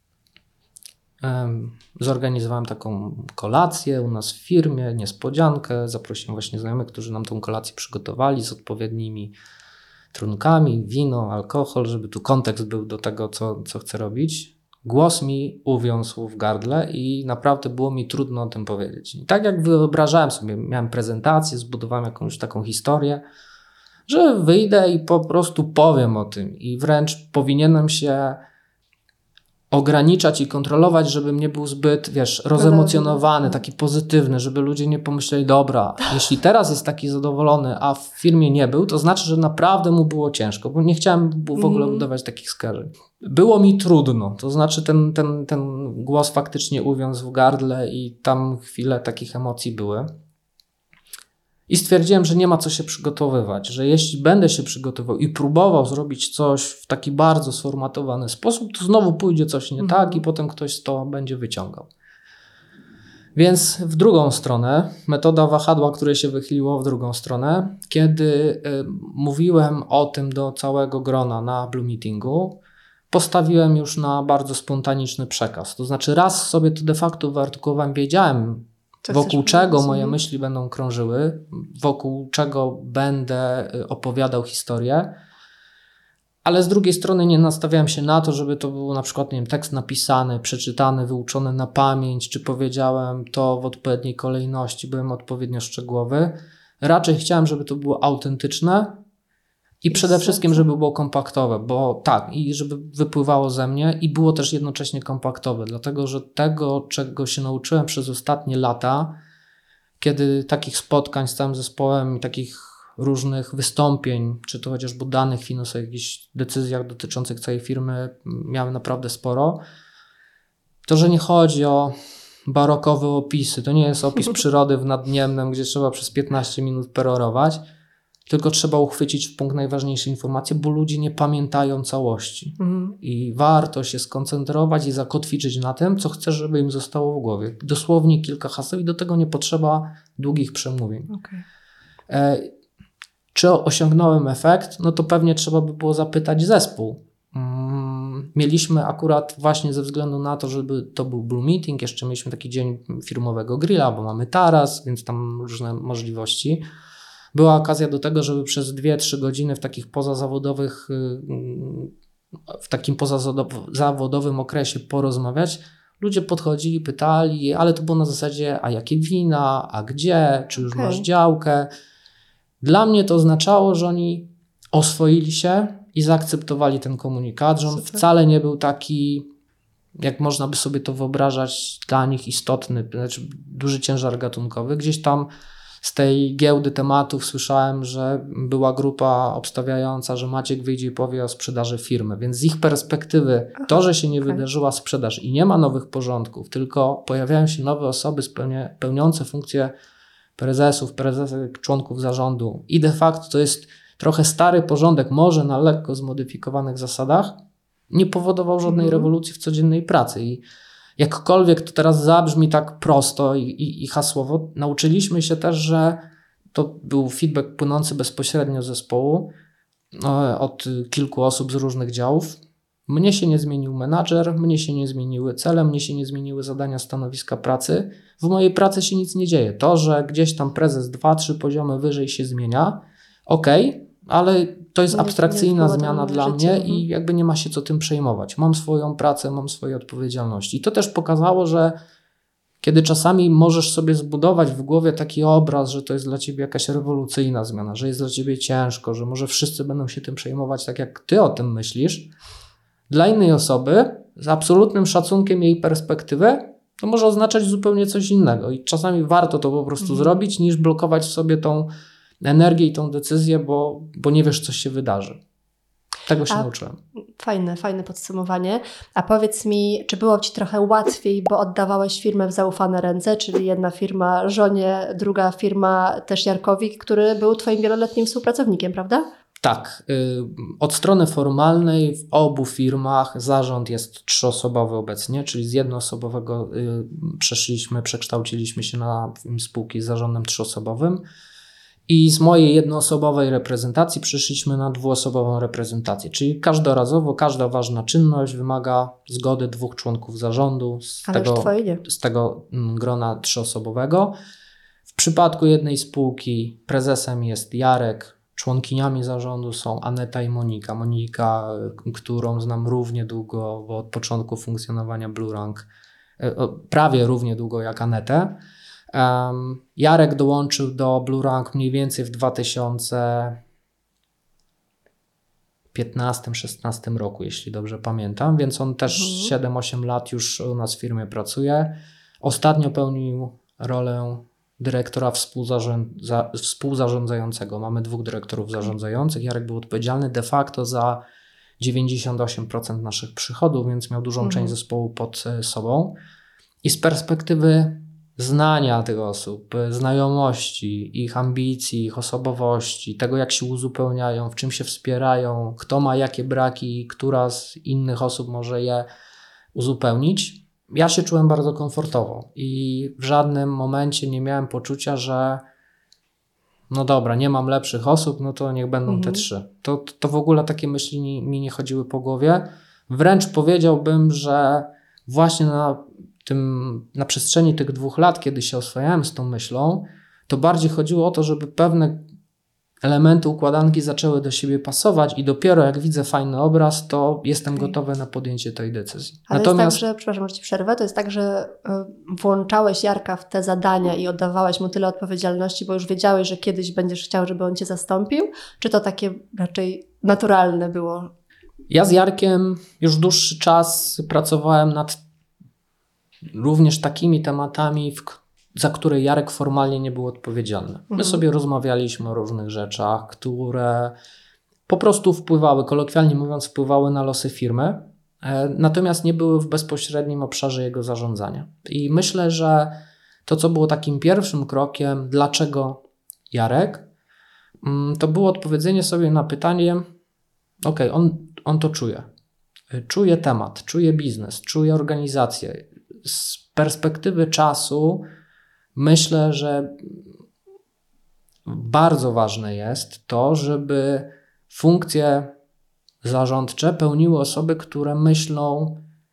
um, zorganizowałem taką kolację u nas w firmie, niespodziankę. Zaprosiłem właśnie znajomych, którzy nam tą kolację przygotowali z odpowiednimi trunkami, wino, alkohol, żeby tu kontekst był do tego, co, co chcę robić. głos mi uwiązł w gardle i naprawdę było mi trudno o tym powiedzieć. I tak jak wyobrażałem sobie, miałem prezentację, zbudowałem jakąś taką historię, że wyjdę i po prostu powiem o tym i wręcz powinienem się ograniczać i kontrolować, żebym nie był zbyt, wiesz, rozemocjonowany, taki pozytywny, żeby ludzie nie pomyśleli, dobra, jeśli teraz jest taki zadowolony, a w firmie nie był, to znaczy, że naprawdę mu było ciężko, bo nie chciałem w ogóle mm. budować takich skażeń. Było mi trudno, to znaczy ten, ten, ten głos faktycznie uwiązł w gardle i tam chwile takich emocji były. I stwierdziłem, że nie ma co się przygotowywać, że jeśli będę się przygotował i próbował zrobić coś w taki bardzo sformatowany sposób, to znowu pójdzie coś nie tak i potem ktoś to będzie wyciągał. Więc w drugą stronę, metoda wahadła, które się wychyliło w drugą stronę, kiedy y, mówiłem o tym do całego grona na Blue Meetingu, postawiłem już na bardzo spontaniczny przekaz. To znaczy raz sobie to de facto wyartykułowałem, wiedziałem, Co wokół czego moje myśli będą krążyły, wokół czego będę opowiadał historię, ale z drugiej strony nie nastawiałem się na to, żeby to był na przykład, nie wiem, tekst napisany, przeczytany, wyuczony na pamięć, czy powiedziałem to w odpowiedniej kolejności, byłem odpowiednio szczegółowy. Raczej chciałem, żeby to było autentyczne i przede wszystkim, żeby było kompaktowe, bo tak, i żeby wypływało ze mnie i było też jednocześnie kompaktowe, dlatego że tego, czego się nauczyłem przez ostatnie lata, kiedy takich spotkań z całym zespołem i takich różnych wystąpień, czy to chociażby danych finansowych, jakichś decyzjach dotyczących całej firmy miałem naprawdę sporo, to, że nie chodzi o barokowe opisy, to nie jest opis przyrody w Nadniemnem, gdzie trzeba przez piętnaście minut perorować, tylko trzeba uchwycić w punkt najważniejsze informacje, bo ludzie nie pamiętają całości. Mhm. I warto się skoncentrować i zakotwiczyć na tym, co chcesz, żeby im zostało w głowie. Dosłownie kilka haseł i do tego nie potrzeba długich przemówień. Okay. E, czy osiągnąłem efekt? No to pewnie trzeba by było zapytać zespół. Mm, mieliśmy akurat właśnie ze względu na to, żeby to był Blue Meeting, jeszcze mieliśmy taki dzień firmowego grilla, bo mamy taras, więc tam różne możliwości. Była okazja do tego, żeby przez dwie trzy godziny w takich pozazawodowych, w takim pozazawodowym okresie porozmawiać. Ludzie podchodzili, pytali, ale to było na zasadzie, a jakie wina, a gdzie, czy już okay. masz działkę. Dla mnie to oznaczało, że oni oswoili się i zaakceptowali ten komunikat, że on Super. Wcale nie był taki, jak można by sobie to wyobrażać, dla nich istotny, znaczy duży ciężar gatunkowy. Gdzieś tam z tej giełdy tematów słyszałem, że była grupa obstawiająca, że Maciek wyjdzie i powie o sprzedaży firmy, więc z ich perspektywy Aha, to, że się nie okay. wydarzyła sprzedaż i nie ma nowych porządków, tylko pojawiają się nowe osoby spełnia, pełniące funkcje prezesów, prezesek, członków zarządu i de facto to jest trochę stary porządek, może na lekko zmodyfikowanych zasadach, nie powodował żadnej mhm. rewolucji w codziennej pracy i jakkolwiek to teraz zabrzmi tak prosto i, i, i hasłowo, nauczyliśmy się też, że to był feedback płynący bezpośrednio z zespołu no, od kilku osób z różnych działów. Mnie się nie zmienił menadżer, mnie się nie zmieniły cele, mnie się nie zmieniły zadania stanowiska pracy. W mojej pracy się nic nie dzieje. To, że gdzieś tam prezes dwa, trzy poziomy wyżej się zmienia, okej, okay, ale to jest abstrakcyjna zmiana dla mnie i jakby nie ma się co tym przejmować. Mam swoją pracę, mam swoje odpowiedzialności. I to też pokazało, że kiedy czasami możesz sobie zbudować w głowie taki obraz, że to jest dla ciebie jakaś rewolucyjna zmiana, że jest dla ciebie ciężko, że może wszyscy będą się tym przejmować tak jak ty o tym myślisz, dla innej osoby z absolutnym szacunkiem jej perspektywy to może oznaczać zupełnie coś innego i czasami warto to po prostu mhm. zrobić, niż blokować w sobie tą energię i tą decyzję, bo, bo nie wiesz, co się wydarzy. Tego się A, nauczyłem. Fajne, fajne podsumowanie. A powiedz mi, czy było Ci trochę łatwiej, bo oddawałeś firmę w zaufane ręce, czyli jedna firma żonie, druga firma też Jarkowi, który był Twoim wieloletnim współpracownikiem, prawda? Tak. Od strony formalnej w obu firmach zarząd jest trzyosobowy obecnie, czyli z jednoosobowego przeszliśmy, przekształciliśmy się na spółki z zarządem trzyosobowym. I z mojej jednoosobowej reprezentacji przeszliśmy na dwuosobową reprezentację, czyli każdorazowo każda ważna czynność wymaga zgody dwóch członków zarządu z, tego, z tego grona trzyosobowego. W przypadku jednej spółki prezesem jest Jarek, członkiniami zarządu są Aneta i Monika. Monika, którą znam równie długo, bo od początku funkcjonowania Blurank, prawie równie długo jak Anetę. Jarek dołączył do Blurank mniej więcej w dwa tysiące piętnastym szesnastym roku, jeśli dobrze pamiętam, więc on też mhm. siedem osiem lat już u nas w firmie pracuje. Ostatnio pełnił rolę dyrektora współzarządza, współzarządzającego. Mamy dwóch dyrektorów zarządzających. Jarek był odpowiedzialny de facto za dziewięćdziesiąt osiem procent naszych przychodów, więc miał dużą mhm. część zespołu pod sobą. I z perspektywy znania tych osób, znajomości, ich ambicji, ich osobowości, tego jak się uzupełniają, w czym się wspierają, kto ma jakie braki, która z innych osób może je uzupełnić, ja się czułem bardzo komfortowo i w żadnym momencie nie miałem poczucia, że no dobra, nie mam lepszych osób, no to niech będą mhm. te trzy. To, to w ogóle takie myśli mi, mi nie chodziły po głowie. Wręcz powiedziałbym, że właśnie na tym, na przestrzeni tych dwóch lat, kiedy się oswajałem z tą myślą, to bardziej chodziło o to, żeby pewne elementy układanki zaczęły do siebie pasować i dopiero jak widzę fajny obraz, to jestem okay. gotowy na podjęcie tej decyzji. Ale Natomiast... jest tak, że, przepraszam, może Ci przerwę, to jest tak, że włączałeś Jarka w te zadania i oddawałeś mu tyle odpowiedzialności, bo już wiedziałeś, że kiedyś będziesz chciał, żeby on Cię zastąpił? Czy to takie raczej naturalne było? Ja z Jarkiem już dłuższy czas pracowałem nad również takimi tematami, w, za które Jarek formalnie nie był odpowiedzialny. My mhm. sobie rozmawialiśmy o różnych rzeczach, które po prostu wpływały, kolokwialnie mówiąc, wpływały na losy firmy, e, natomiast nie były w bezpośrednim obszarze jego zarządzania. I myślę, że to, co było takim pierwszym krokiem, dlaczego Jarek, mm, to było odpowiedzenie sobie na pytanie, ok, on, on to czuje. Czuje temat, czuje biznes, czuje organizację. Z perspektywy czasu myślę, że bardzo ważne jest to, żeby funkcje zarządcze pełniły osoby, które myślą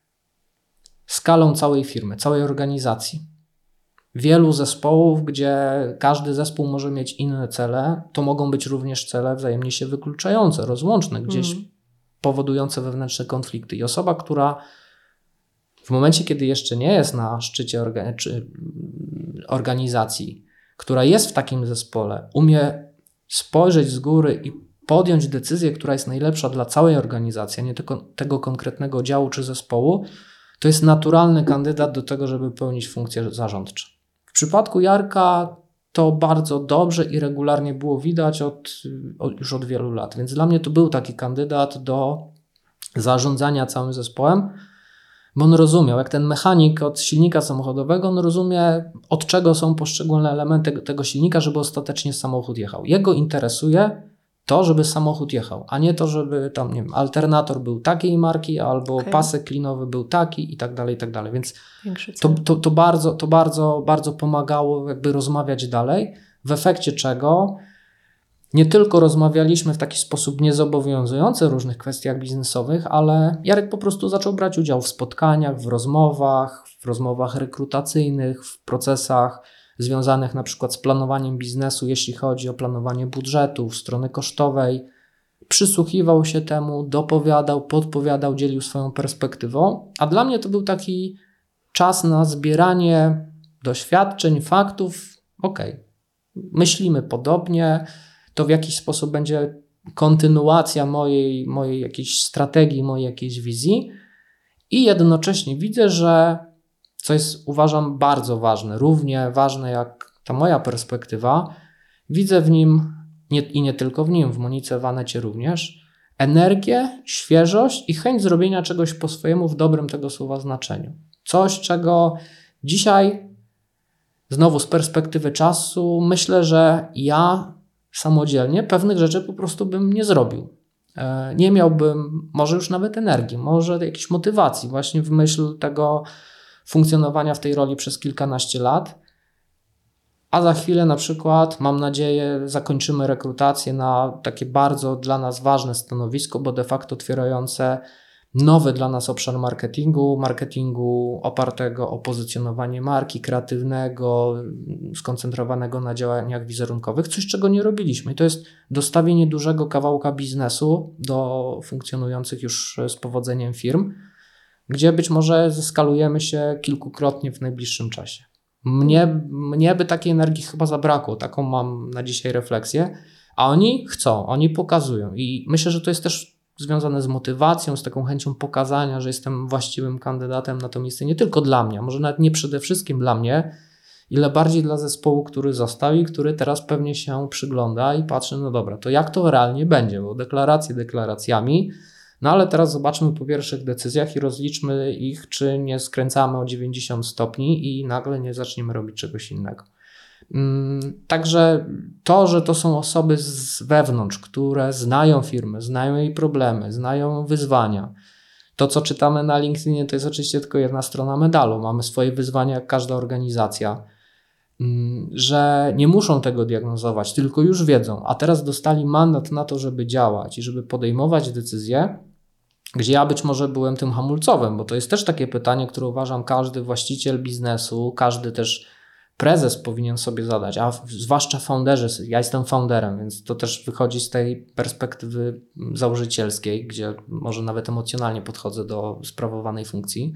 skalą całej firmy, całej organizacji. Wielu zespołów, gdzie każdy zespół może mieć inne cele, to mogą być również cele wzajemnie się wykluczające, rozłączne, gdzieś mm. powodujące wewnętrzne konflikty. I osoba, która w momencie, kiedy jeszcze nie jest na szczycie orga- czy organizacji, która jest w takim zespole, umie spojrzeć z góry i podjąć decyzję, która jest najlepsza dla całej organizacji, a nie tylko tego konkretnego działu czy zespołu, to jest naturalny kandydat do tego, żeby pełnić funkcje zarządcze. W przypadku Jarka to bardzo dobrze i regularnie było widać od, od, już od wielu lat, więc dla mnie to był taki kandydat do zarządzania całym zespołem, bo on rozumiał, jak ten mechanik od silnika samochodowego, on rozumie, od czego są poszczególne elementy tego silnika, żeby ostatecznie samochód jechał. Jego interesuje to, żeby samochód jechał, a nie to, żeby tam, nie wiem, alternator był takiej marki, albo okay. pasek klinowy był taki i tak dalej, i tak dalej. Więc to, to, to, bardzo, to bardzo, bardzo pomagało jakby rozmawiać dalej, w efekcie czego nie tylko rozmawialiśmy w taki sposób niezobowiązujący w różnych kwestiach biznesowych, ale Jarek po prostu zaczął brać udział w spotkaniach, w rozmowach, w rozmowach rekrutacyjnych, w procesach związanych na przykład z planowaniem biznesu, jeśli chodzi o planowanie budżetu, strony kosztowej. Przysłuchiwał się temu, dopowiadał, podpowiadał, dzielił swoją perspektywą, a dla mnie to był taki czas na zbieranie doświadczeń, faktów. Okej, okay. Myślimy podobnie, to w jakiś sposób będzie kontynuacja mojej, mojej jakiejś strategii, mojej jakiejś wizji i jednocześnie widzę, że co jest, uważam, bardzo ważne, równie ważne jak ta moja perspektywa, widzę w nim, nie, i nie tylko w nim, w Monice, w Anecie również, energię, świeżość i chęć zrobienia czegoś po swojemu w dobrym tego słowa znaczeniu. Coś, czego dzisiaj, znowu z perspektywy czasu, myślę, że ja samodzielnie pewnych rzeczy po prostu bym nie zrobił. Nie miałbym może już nawet energii, może jakiejś motywacji właśnie w myśl tego funkcjonowania w tej roli przez kilkanaście lat, a za chwilę na przykład, mam nadzieję, zakończymy rekrutację na takie bardzo dla nas ważne stanowisko, bo de facto otwierające nowy dla nas obszar marketingu, marketingu opartego o pozycjonowanie marki, kreatywnego, skoncentrowanego na działaniach wizerunkowych, coś czego nie robiliśmy. I to jest dostawienie dużego kawałka biznesu do funkcjonujących już z powodzeniem firm, gdzie być może zeskalujemy się kilkukrotnie w najbliższym czasie. Mnie, mnie by takiej energii chyba zabrakło, taką mam na dzisiaj refleksję, a oni chcą, oni pokazują i myślę, że to jest też związane z motywacją, z taką chęcią pokazania, że jestem właściwym kandydatem na to miejsce, nie tylko dla mnie, może nawet nie przede wszystkim dla mnie, ile bardziej dla zespołu, który został i który teraz pewnie się przygląda i patrzy, no dobra, to jak to realnie będzie, bo deklaracje deklaracjami, no ale teraz zobaczmy po pierwszych decyzjach i rozliczmy ich, czy nie skręcamy o dziewięćdziesiąt stopni i nagle nie zaczniemy robić czegoś innego. Także to, że to są osoby z wewnątrz, które znają firmę, znają jej problemy, znają wyzwania. To, co czytamy na LinkedInie, to jest oczywiście tylko jedna strona medalu. Mamy swoje wyzwania jak każda organizacja, że nie muszą tego diagnozować, tylko już wiedzą, a teraz dostali mandat na to, żeby działać i żeby podejmować decyzje, gdzie ja być może byłem tym hamulcowym, bo to jest też takie pytanie, które uważam każdy właściciel biznesu, każdy też prezes powinien sobie zadać, a zwłaszcza founderzy, ja jestem founderem, więc to też wychodzi z tej perspektywy założycielskiej, gdzie może nawet emocjonalnie podchodzę do sprawowanej funkcji.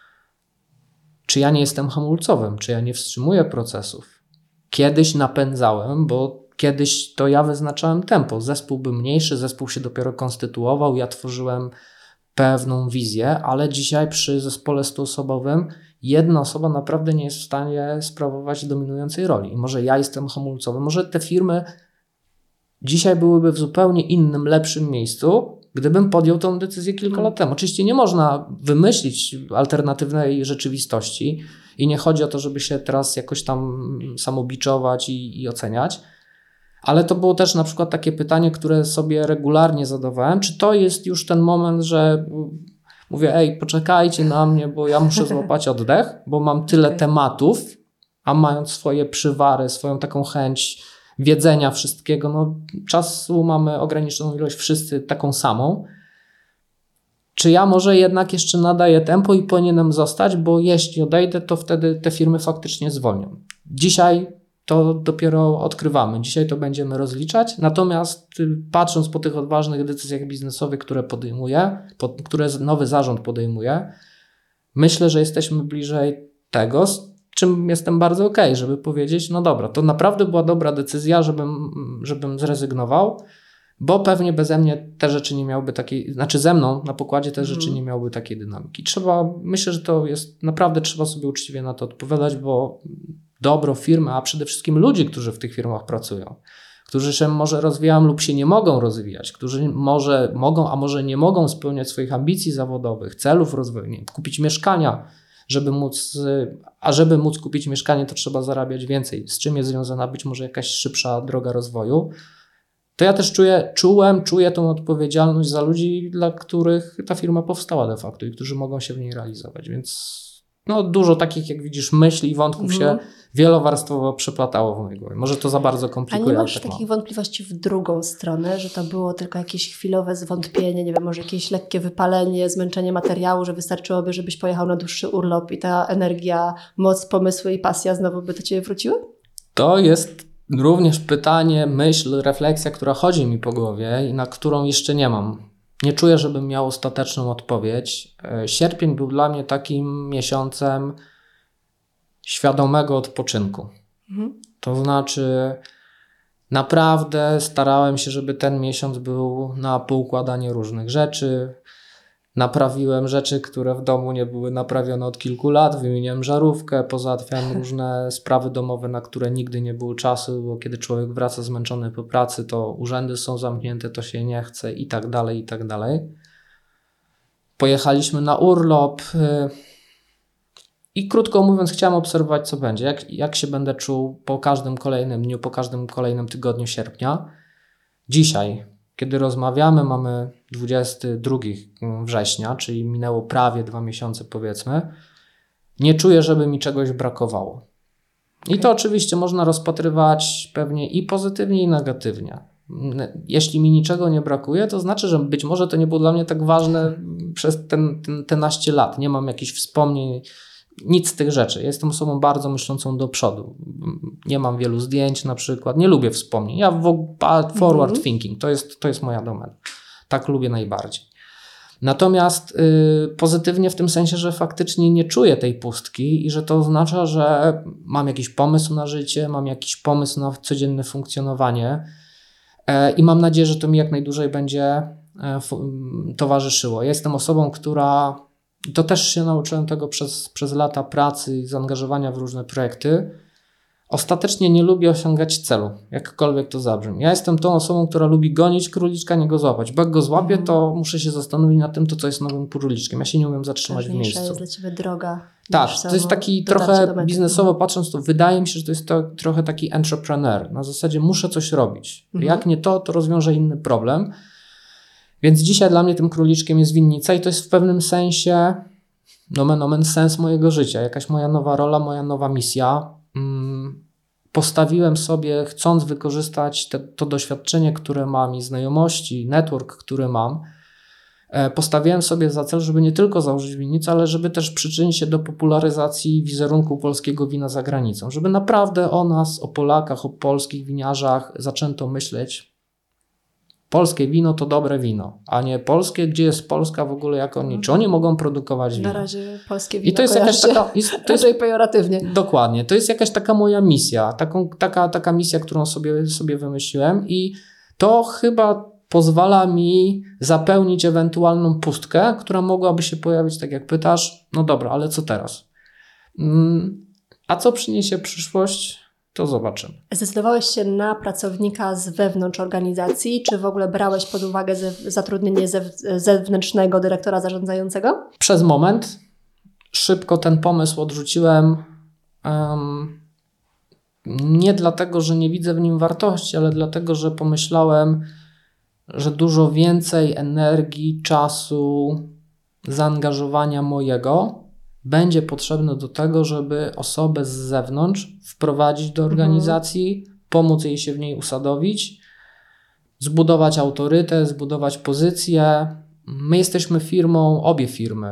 Czy ja nie jestem hamulcowym? Czy ja nie wstrzymuję procesów? Kiedyś napędzałem, bo kiedyś to ja wyznaczałem tempo. Zespół był mniejszy, zespół się dopiero konstytuował, ja tworzyłem pewną wizję, ale dzisiaj przy zespole stuosobowym jedna osoba naprawdę nie jest w stanie sprawować dominującej roli. I może ja jestem hamulcowy, może te firmy dzisiaj byłyby w zupełnie innym, lepszym miejscu, gdybym podjął tę decyzję kilka lat temu. Oczywiście nie można wymyślić alternatywnej rzeczywistości i nie chodzi o to, żeby się teraz jakoś tam samobiczować i, i oceniać, ale to było też na przykład takie pytanie, które sobie regularnie zadawałem, czy to jest już ten moment, że mówię, ej, poczekajcie na mnie, bo ja muszę złapać oddech, bo mam tyle tematów, a mając swoje przywary, swoją taką chęć wiedzenia wszystkiego, no czasu mamy ograniczoną ilość, wszyscy taką samą. Czy ja może jednak jeszcze nadaję tempo i powinienem zostać, bo jeśli odejdę, to wtedy te firmy faktycznie zwolnią. Dzisiaj to dopiero odkrywamy, dzisiaj to będziemy rozliczać, natomiast patrząc po tych odważnych decyzjach biznesowych, które podejmuje, które nowy zarząd podejmuje, myślę, że jesteśmy bliżej tego, z czym jestem bardzo okej, okay, żeby powiedzieć, no dobra, to naprawdę była dobra decyzja, żebym, żebym zrezygnował, bo pewnie beze mnie te rzeczy nie miałyby takiej, znaczy ze mną na pokładzie te rzeczy nie miałyby takiej dynamiki. Trzeba, myślę, że to jest, naprawdę trzeba sobie uczciwie na to odpowiadać, bo dobro firmy, a przede wszystkim ludzi, którzy w tych firmach pracują, którzy się może rozwijają lub się nie mogą rozwijać, którzy może mogą, a może nie mogą spełniać swoich ambicji zawodowych, celów rozwoju, nie, kupić mieszkania, żeby móc, a żeby móc kupić mieszkanie, to trzeba zarabiać więcej, z czym jest związana być może jakaś szybsza droga rozwoju. To ja też czuję, czułem, czuję tą odpowiedzialność za ludzi, dla których ta firma powstała de facto i którzy mogą się w niej realizować, więc no dużo takich, jak widzisz, myśli i wątków mm. się wielowarstwowo przeplatało w mojej głowie. Może to za bardzo komplikuje. A nie masz tak takich mam. wątpliwości w drugą stronę, że to było tylko jakieś chwilowe zwątpienie, nie wiem, może jakieś lekkie wypalenie, zmęczenie materiału, że wystarczyłoby, żebyś pojechał na dłuższy urlop i ta energia, moc, pomysły i pasja znowu by do Ciebie wróciły? To jest również pytanie, myśl, refleksja, która chodzi mi po głowie i na którą jeszcze nie mam. Nie czuję, żebym miał ostateczną odpowiedź. Sierpień był dla mnie takim miesiącem świadomego odpoczynku. Mhm. To znaczy naprawdę starałem się, żeby ten miesiąc był na poukładanie różnych rzeczy. Naprawiłem rzeczy, które w domu nie były naprawione od kilku lat. Wymieniłem żarówkę, pozałatwiałem różne sprawy domowe, na które nigdy nie było czasu, bo kiedy człowiek wraca zmęczony po pracy, to urzędy są zamknięte, to się nie chce i tak dalej, i tak dalej. Pojechaliśmy na urlop i krótko mówiąc chciałem obserwować, co będzie, jak, jak się będę czuł po każdym kolejnym dniu, po każdym kolejnym tygodniu sierpnia. Dzisiaj, kiedy rozmawiamy, mamy dwudziestego drugiego września, czyli minęło prawie dwa miesiące powiedzmy, nie czuję, żeby mi czegoś brakowało. I to oczywiście można rozpatrywać pewnie i pozytywnie, i negatywnie. Jeśli mi niczego nie brakuje, to znaczy, że być może to nie było dla mnie tak ważne przez ten, ten, te naście lat. Nie mam jakichś wspomnień, nic z tych rzeczy. Jestem osobą bardzo myślącą do przodu. Nie mam wielu zdjęć na przykład, nie lubię wspomnień. Ja w, forward mm-hmm. thinking, to jest, to jest moja domena. Tak lubię najbardziej. Natomiast y, pozytywnie w tym sensie, że faktycznie nie czuję tej pustki i że to oznacza, że mam jakiś pomysł na życie, mam jakiś pomysł na codzienne funkcjonowanie y, i mam nadzieję, że to mi jak najdłużej będzie y, f, y, towarzyszyło. Ja jestem osobą, która, to też się nauczyłem tego przez, przez lata pracy i zaangażowania w różne projekty, ostatecznie nie lubię osiągać celu, jakkolwiek to zabrzmi. Ja jestem tą osobą, która lubi gonić króliczka, nie go złapać. Bo jak go złapię, mm. to muszę się zastanowić nad tym, to co jest nowym króliczkiem. Ja się nie umiem zatrzymać w miejscu. jest dla Ciebie droga. Tak, to jest taki trochę biznesowo patrząc, to wydaje mi się, że to jest to, trochę taki entrepreneur. Na zasadzie muszę coś robić. Mm. Jak nie to, to rozwiążę inny problem. Więc dzisiaj dla mnie tym króliczkiem jest winnica i to jest w pewnym sensie nomen omen sens mojego życia. Jakaś moja nowa rola, moja nowa misja. Postawiłem sobie, chcąc wykorzystać te, to doświadczenie, które mam i znajomości, network, który mam, postawiłem sobie za cel, żeby nie tylko założyć winnicę, ale żeby też przyczynić się do popularyzacji wizerunku polskiego wina za granicą. Żeby naprawdę o nas, o Polakach, o polskich winiarzach zaczęto myśleć. Polskie wino to dobre wino, a nie polskie, gdzie jest Polska w ogóle jako oni. Czy oni mogą produkować wino? Na razie polskie wino I to jest jakaś taka, jest, to jest, pejoratywnie. Dokładnie. To jest jakaś taka moja misja. Taką, taka, taka misja, którą sobie, sobie wymyśliłem i to chyba pozwala mi zapełnić ewentualną pustkę, która mogłaby się pojawić, tak jak pytasz. No dobra, ale co teraz? A co przyniesie przyszłość? To zobaczymy. Zdecydowałeś się na pracownika z wewnątrz organizacji, czy w ogóle brałeś pod uwagę ze- zatrudnienie zew- zewnętrznego dyrektora zarządzającego? Przez moment szybko ten pomysł odrzuciłem. Um, nie dlatego, że nie widzę w nim wartości, ale dlatego, że pomyślałem, że dużo więcej energii, czasu, zaangażowania mojego będzie potrzebne do tego, żeby osobę z zewnątrz wprowadzić do organizacji, mhm. pomóc jej się w niej usadowić, zbudować autorytet, zbudować pozycję. My jesteśmy firmą, obie firmy.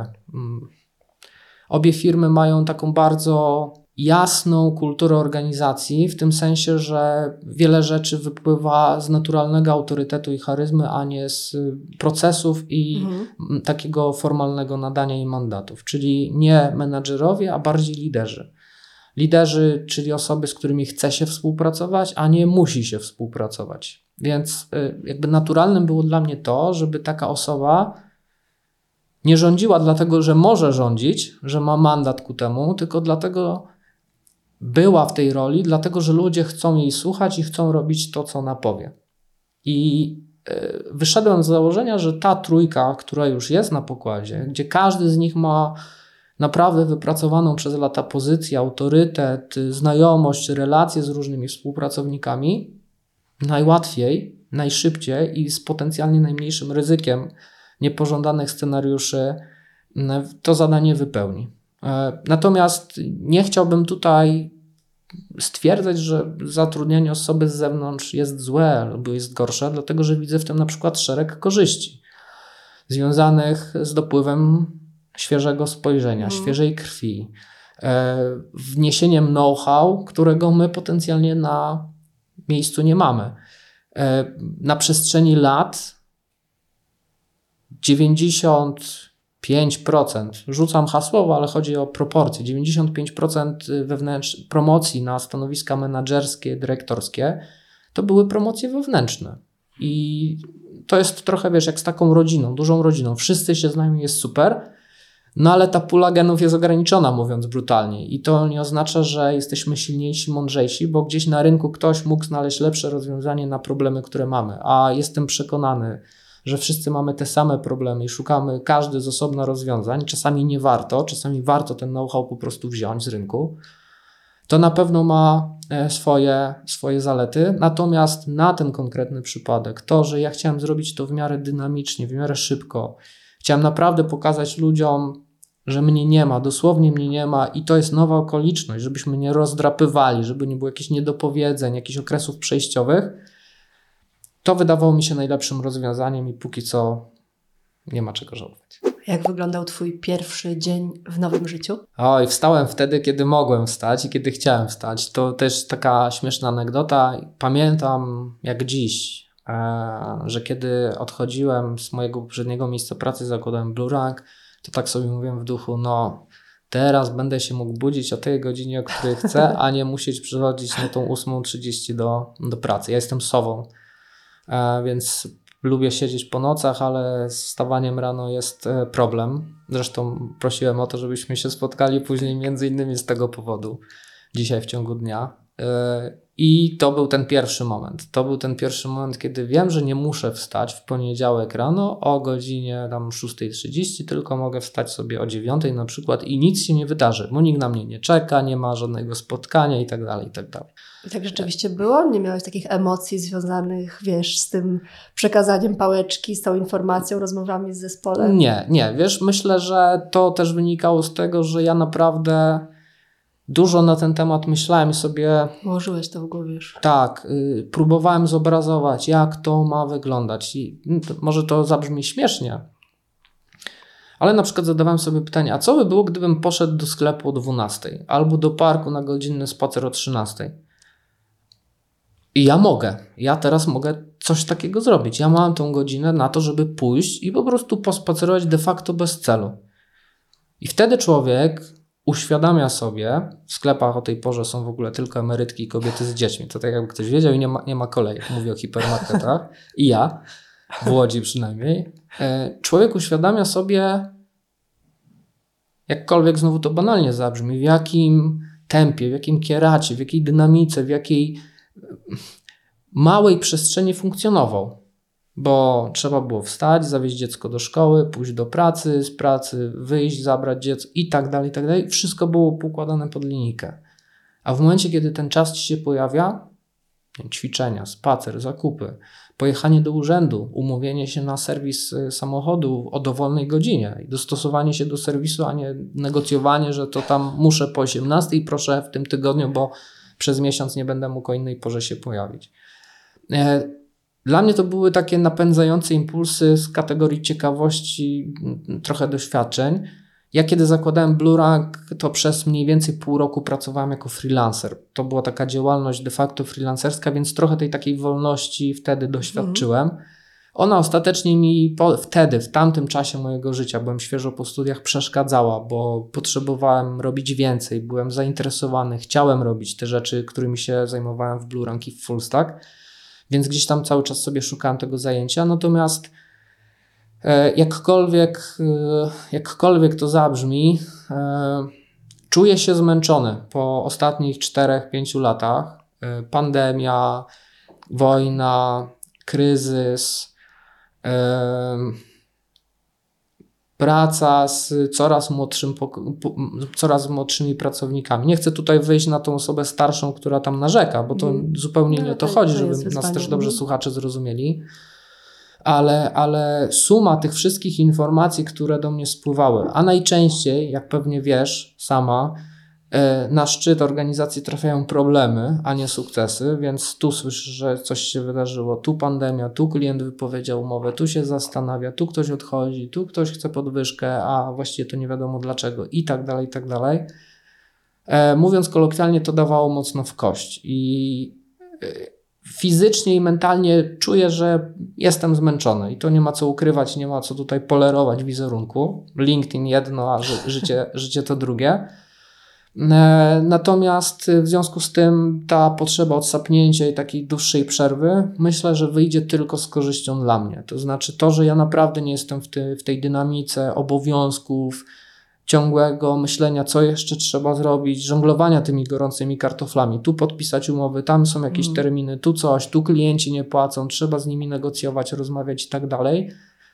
Obie firmy mają taką bardzo jasną kulturę organizacji, w tym sensie, że wiele rzeczy wypływa z naturalnego autorytetu i charyzmy, a nie z procesów i mhm. takiego formalnego nadania im mandatów. Czyli nie menadżerowie, a bardziej liderzy. Liderzy, czyli osoby, z którymi chce się współpracować, a nie musi się współpracować. Więc jakby naturalnym było dla mnie to, żeby taka osoba nie rządziła dlatego, że może rządzić, że ma mandat ku temu, tylko dlatego była w tej roli, dlatego że ludzie chcą jej słuchać i chcą robić to, co ona powie. I wyszedłem z założenia, że ta trójka, która już jest na pokładzie, gdzie każdy z nich ma naprawdę wypracowaną przez lata pozycję, autorytet, znajomość, relacje z różnymi współpracownikami, najłatwiej, najszybciej i z potencjalnie najmniejszym ryzykiem niepożądanych scenariuszy to zadanie wypełni. Natomiast nie chciałbym tutaj stwierdzać, że zatrudnianie osoby z zewnątrz jest złe albo jest gorsze, dlatego że widzę w tym na przykład szereg korzyści związanych z dopływem świeżego spojrzenia, mm. świeżej krwi, wniesieniem know-how, którego my potencjalnie na miejscu nie mamy. Na przestrzeni lat dziewięćdziesiąt pięć procent, rzucam hasłowo, ale chodzi o proporcje, dziewięćdziesiąt pięć procent wewnętrz promocji na stanowiska menadżerskie, dyrektorskie, to były promocje wewnętrzne. I to jest trochę, wiesz, jak z taką rodziną, dużą rodziną. Wszyscy się znają, jest super, no ale ta pula genów jest ograniczona, mówiąc brutalnie. I to nie oznacza, że jesteśmy silniejsi, mądrzejsi, bo gdzieś na rynku ktoś mógł znaleźć lepsze rozwiązanie na problemy, które mamy. A jestem przekonany, że wszyscy mamy te same problemy i szukamy każdy z osobna rozwiązań. Czasami nie warto, czasami warto ten know-how po prostu wziąć z rynku. To na pewno ma swoje, swoje zalety. Natomiast na ten konkretny przypadek, to, że ja chciałem zrobić to w miarę dynamicznie, w miarę szybko, chciałem naprawdę pokazać ludziom, że mnie nie ma, dosłownie mnie nie ma i to jest nowa okoliczność, żebyśmy nie rozdrapywali, żeby nie było jakichś niedopowiedzeń, jakichś okresów przejściowych, to wydawało mi się najlepszym rozwiązaniem i póki co nie ma czego żałować. Jak wyglądał Twój pierwszy dzień w nowym życiu? Oj, wstałem wtedy, kiedy mogłem wstać i kiedy chciałem wstać. To też taka śmieszna anegdota. Pamiętam jak dziś, e, że kiedy odchodziłem z mojego poprzedniego miejsca pracy, zakładałem Blue Rank, to tak sobie mówiłem w duchu, no teraz będę się mógł budzić o tej godzinie, o której chcę, a nie musieć przychodzić na tą ósma trzydzieści do, do pracy. Ja jestem sową, e, więc lubię siedzieć po nocach, ale z wstawaniem rano jest problem. Zresztą prosiłem o to, żebyśmy się spotkali później między innymi z tego powodu dzisiaj w ciągu dnia. I to był ten pierwszy moment. To był ten pierwszy moment, kiedy wiem, że nie muszę wstać w poniedziałek rano o godzinie tam szósta trzydzieści, tylko mogę wstać sobie o dziewiątej na przykład i nic się nie wydarzy, bo nikt na mnie nie czeka, nie ma żadnego spotkania i tak dalej, i tak dalej. I tak rzeczywiście było? Nie miałeś takich emocji związanych, wiesz, z tym przekazaniem pałeczki, z tą informacją, rozmowami z zespołem? Nie, nie. Wiesz, myślę, że to też wynikało z tego, że ja naprawdę dużo na ten temat myślałem sobie. Ułożyłeś to w głowie już. Tak, y, próbowałem zobrazować, jak to ma wyglądać. I to, może to zabrzmi śmiesznie, ale na przykład zadawałem sobie pytanie, a co by było, gdybym poszedł do sklepu o dwunastej albo do parku na godzinny spacer o trzynastej? I ja mogę. Ja teraz mogę coś takiego zrobić. Ja mam tą godzinę na to, żeby pójść i po prostu pospacerować de facto bez celu. I wtedy człowiek uświadamia sobie, w sklepach o tej porze są w ogóle tylko emerytki i kobiety z dziećmi. To tak jakby ktoś wiedział i nie ma, nie ma kolejek. Mówię o hipermarketach. I ja, w Łodzi przynajmniej. Człowiek uświadamia sobie, jakkolwiek znowu to banalnie zabrzmi, w jakim tempie, w jakim kieracie, w jakiej dynamice, w jakiej małej przestrzeni funkcjonował. Bo trzeba było wstać, zawieźć dziecko do szkoły, pójść do pracy, z pracy wyjść, zabrać dziecko i tak dalej, i tak dalej. Wszystko było poukładane pod linijkę. A w momencie, kiedy ten czas ci się pojawia, ćwiczenia, spacer, zakupy, pojechanie do urzędu, umówienie się na serwis samochodu o dowolnej godzinie i dostosowanie się do serwisu, a nie negocjowanie, że to tam muszę po osiemnastej i proszę w tym tygodniu, bo przez miesiąc nie będę mógł o innej porze się pojawić. Dla mnie to były takie napędzające impulsy z kategorii ciekawości, trochę doświadczeń. Ja kiedy zakładałem Blue Rank, to przez mniej więcej pół roku pracowałem jako freelancer. To była taka działalność de facto freelancerska, więc trochę tej takiej wolności wtedy doświadczyłem. Mm. Ona ostatecznie mi po, wtedy, w tamtym czasie mojego życia, byłem świeżo po studiach, przeszkadzała, bo potrzebowałem robić więcej, byłem zainteresowany, chciałem robić te rzeczy, którymi się zajmowałem w Blue Rank i w Full Stack. Więc gdzieś tam cały czas sobie szukałem tego zajęcia, natomiast e, jakkolwiek, e, jakkolwiek to zabrzmi, e, czuję się zmęczony po ostatnich czterech, pięciu latach. E, pandemia, wojna, kryzys, e, praca z coraz, młodszym, coraz młodszymi pracownikami. Nie chcę tutaj wyjść na tą osobę starszą, która tam narzeka, bo to mm. zupełnie nie o to, to chodzi, to żeby nas wyzwanie. Też dobrze słuchacze zrozumieli. Ale, ale suma tych wszystkich informacji, które do mnie spływały, a najczęściej, jak pewnie wiesz sama, na szczyt organizacji trafiają problemy, a nie sukcesy, więc tu słyszysz, że coś się wydarzyło, tu pandemia, tu klient wypowiedział umowę, tu się zastanawia, tu ktoś odchodzi, tu ktoś chce podwyżkę, a właściwie to nie wiadomo dlaczego i tak dalej, i tak dalej. E, mówiąc kolokwialnie, to dawało mocno w kość i e, fizycznie i mentalnie czuję, że jestem zmęczony i to nie ma co ukrywać, nie ma co tutaj polerować wizerunku. LinkedIn jedno, a ży, życie, życie to drugie. Natomiast w związku z tym ta potrzeba odsapnięcia i takiej dłuższej przerwy myślę, że wyjdzie tylko z korzyścią dla mnie. To znaczy to, że ja naprawdę nie jestem w, ty, w tej dynamice obowiązków, ciągłego myślenia, co jeszcze trzeba zrobić, żonglowania tymi gorącymi kartoflami. Tu podpisać umowy, tam są jakieś mm. terminy, tu coś, tu klienci nie płacą, trzeba z nimi negocjować, rozmawiać i tak dalej.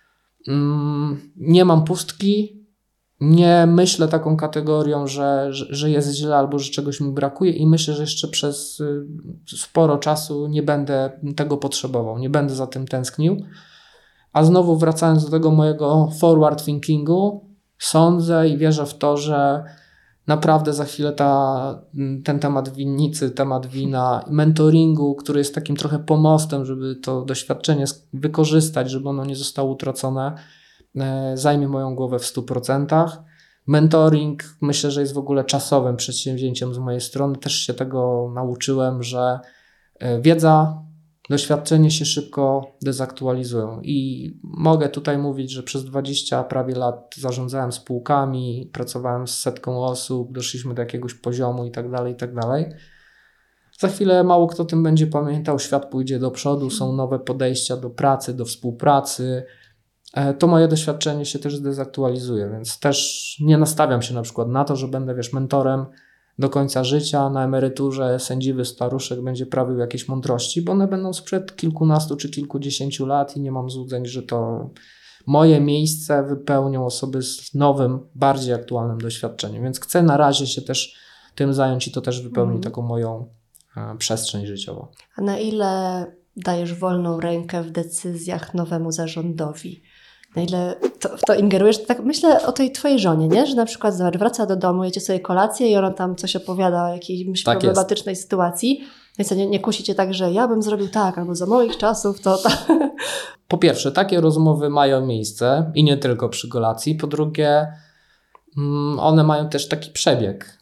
Nie mam pustki. Nie myślę taką kategorią, że, że, że jest źle albo że czegoś mi brakuje i myślę, że jeszcze przez sporo czasu nie będę tego potrzebował, nie będę za tym tęsknił. A znowu wracając do tego mojego forward thinkingu, sądzę i wierzę w to, że naprawdę za chwilę ta, ten temat winnicy, temat wina, mentoringu, który jest takim trochę pomostem, żeby to doświadczenie wykorzystać, żeby ono nie zostało utracone, zajmie moją głowę w stu procentach. Mentoring myślę, że jest w ogóle czasowym przedsięwzięciem z mojej strony. Też się tego nauczyłem, że wiedza, doświadczenie się szybko dezaktualizują i mogę tutaj mówić, że przez dwadzieścia prawie lat zarządzałem spółkami, pracowałem z setką osób, doszliśmy do jakiegoś poziomu i tak dalej, i tak dalej. Za chwilę mało kto o tym będzie pamiętał, świat pójdzie do przodu, są nowe podejścia do pracy, do współpracy. To moje doświadczenie się też dezaktualizuje, więc też nie nastawiam się na przykład na to, że będę, wiesz, mentorem do końca życia, na emeryturze sędziwy staruszek będzie prawił jakieś mądrości, bo one będą sprzed kilkunastu czy kilkudziesięciu lat i nie mam złudzeń, że to moje miejsce wypełnią osoby z nowym, bardziej aktualnym doświadczeniem, więc chcę na razie się też tym zająć i to też wypełni mm. taką moją e, przestrzeń życiową. A na ile dajesz wolną rękę w decyzjach nowemu zarządowi? Na ile to, w to ingerujesz? Tak myślę o tej twojej żonie, nie? Że na przykład zobacz, wraca do domu, jecie sobie kolację i ona tam coś opowiada o jakiejś tak problematycznej jest. sytuacji. Więc nie, nie kusi cię tak, że ja bym zrobił tak, albo za moich czasów to tak. Po pierwsze, takie rozmowy mają miejsce i nie tylko przy kolacji. Po drugie, one mają też taki przebieg.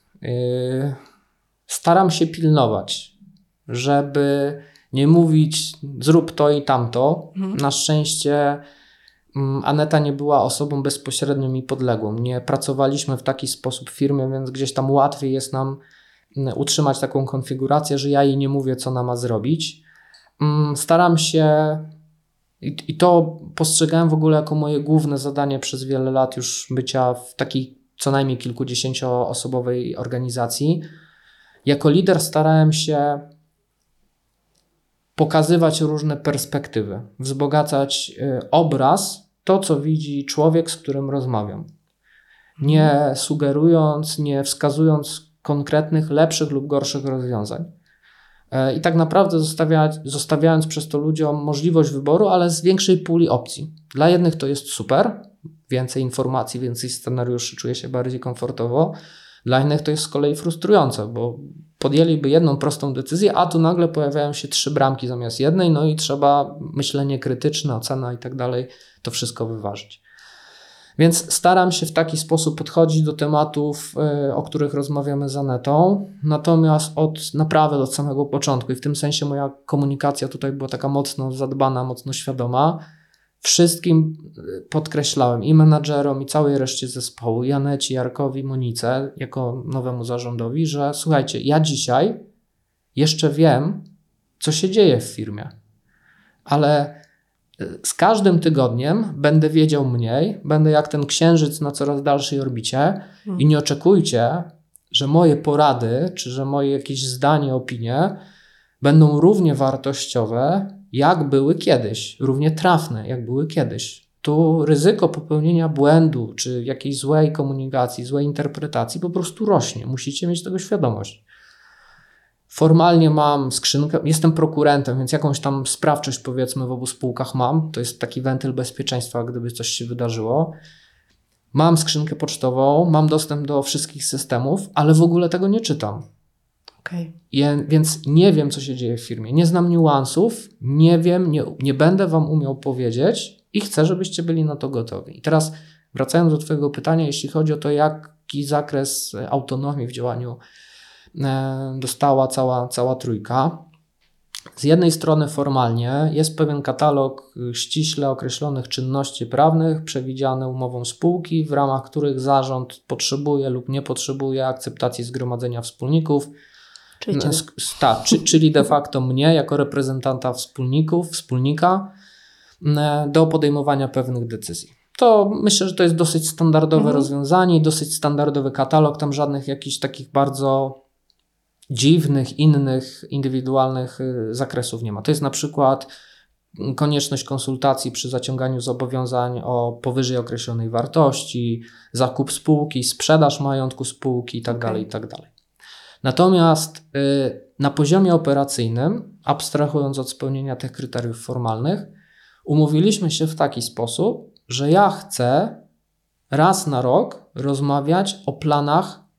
Staram się pilnować, żeby nie mówić zrób to i tamto. Mhm. Na szczęście Aneta nie była osobą bezpośrednio mi podległą. Nie pracowaliśmy w taki sposób w firmie, więc gdzieś tam łatwiej jest nam utrzymać taką konfigurację, że ja jej nie mówię, co ona ma zrobić. Staram się i, i to postrzegałem w ogóle jako moje główne zadanie przez wiele lat już bycia w takiej co najmniej kilkudziesięcioosobowej organizacji. Jako lider starałem się pokazywać różne perspektywy, wzbogacać obraz, to co widzi człowiek, z którym rozmawiam. Nie sugerując, nie wskazując konkretnych, lepszych lub gorszych rozwiązań. I tak naprawdę zostawiać, zostawiając przez to ludziom możliwość wyboru, ale z większej puli opcji. Dla jednych to jest super, więcej informacji, więcej scenariuszy, czuję się bardziej komfortowo. Dla innych to jest z kolei frustrujące, bo podjęliby jedną prostą decyzję, a tu nagle pojawiają się trzy bramki zamiast jednej, no i trzeba myślenie krytyczne, ocena i tak dalej, to wszystko wyważyć. Więc staram się w taki sposób podchodzić do tematów, o których rozmawiamy z Anetą, natomiast od naprawdę od samego początku i w tym sensie moja komunikacja tutaj była taka mocno zadbana, mocno świadoma. Wszystkim podkreślałem, i menadżerom, i całej reszcie zespołu, i Anecie, Jarkowi, Monice, jako nowemu zarządowi, że słuchajcie, ja dzisiaj jeszcze wiem, co się dzieje w firmie, ale z każdym tygodniem będę wiedział mniej, będę jak ten księżyc na coraz dalszej orbicie hmm. i nie oczekujcie, że moje porady, czy że moje jakieś zdanie, opinie będą równie wartościowe, jak były kiedyś, równie trafne, jak były kiedyś. Tu ryzyko popełnienia błędu, czy jakiejś złej komunikacji, złej interpretacji po prostu rośnie. Musicie mieć tego świadomość. Formalnie mam skrzynkę, jestem prokurentem, więc jakąś tam sprawczość powiedzmy w obu spółkach mam. To jest taki wentyl bezpieczeństwa, gdyby coś się wydarzyło. Mam skrzynkę pocztową, mam dostęp do wszystkich systemów, ale w ogóle tego nie czytam. Okay. Ja, więc nie wiem, co się dzieje w firmie. Nie znam niuansów, nie wiem, nie, nie będę wam umiał powiedzieć i chcę, żebyście byli na to gotowi. I teraz wracając do twojego pytania, jeśli chodzi o to, jaki zakres autonomii w działaniu e, dostała cała, cała trójka. Z jednej strony formalnie jest pewien katalog ściśle określonych czynności prawnych przewidziany umową spółki, w ramach których zarząd potrzebuje lub nie potrzebuje akceptacji zgromadzenia wspólników. Czyli, Ta, czy, czyli de facto mnie jako reprezentanta wspólników, wspólnika do podejmowania pewnych decyzji. To myślę, że to jest dosyć standardowe mhm. rozwiązanie, dosyć standardowy katalog, tam żadnych jakichś takich bardzo dziwnych, innych, indywidualnych zakresów nie ma. To jest na przykład konieczność konsultacji przy zaciąganiu zobowiązań o powyżej określonej wartości, zakup spółki, sprzedaż majątku spółki itd. Okay. itd. Natomiast y, na poziomie operacyjnym, abstrahując od spełnienia tych kryteriów formalnych, umówiliśmy się w taki sposób, że ja chcę raz na rok rozmawiać o planach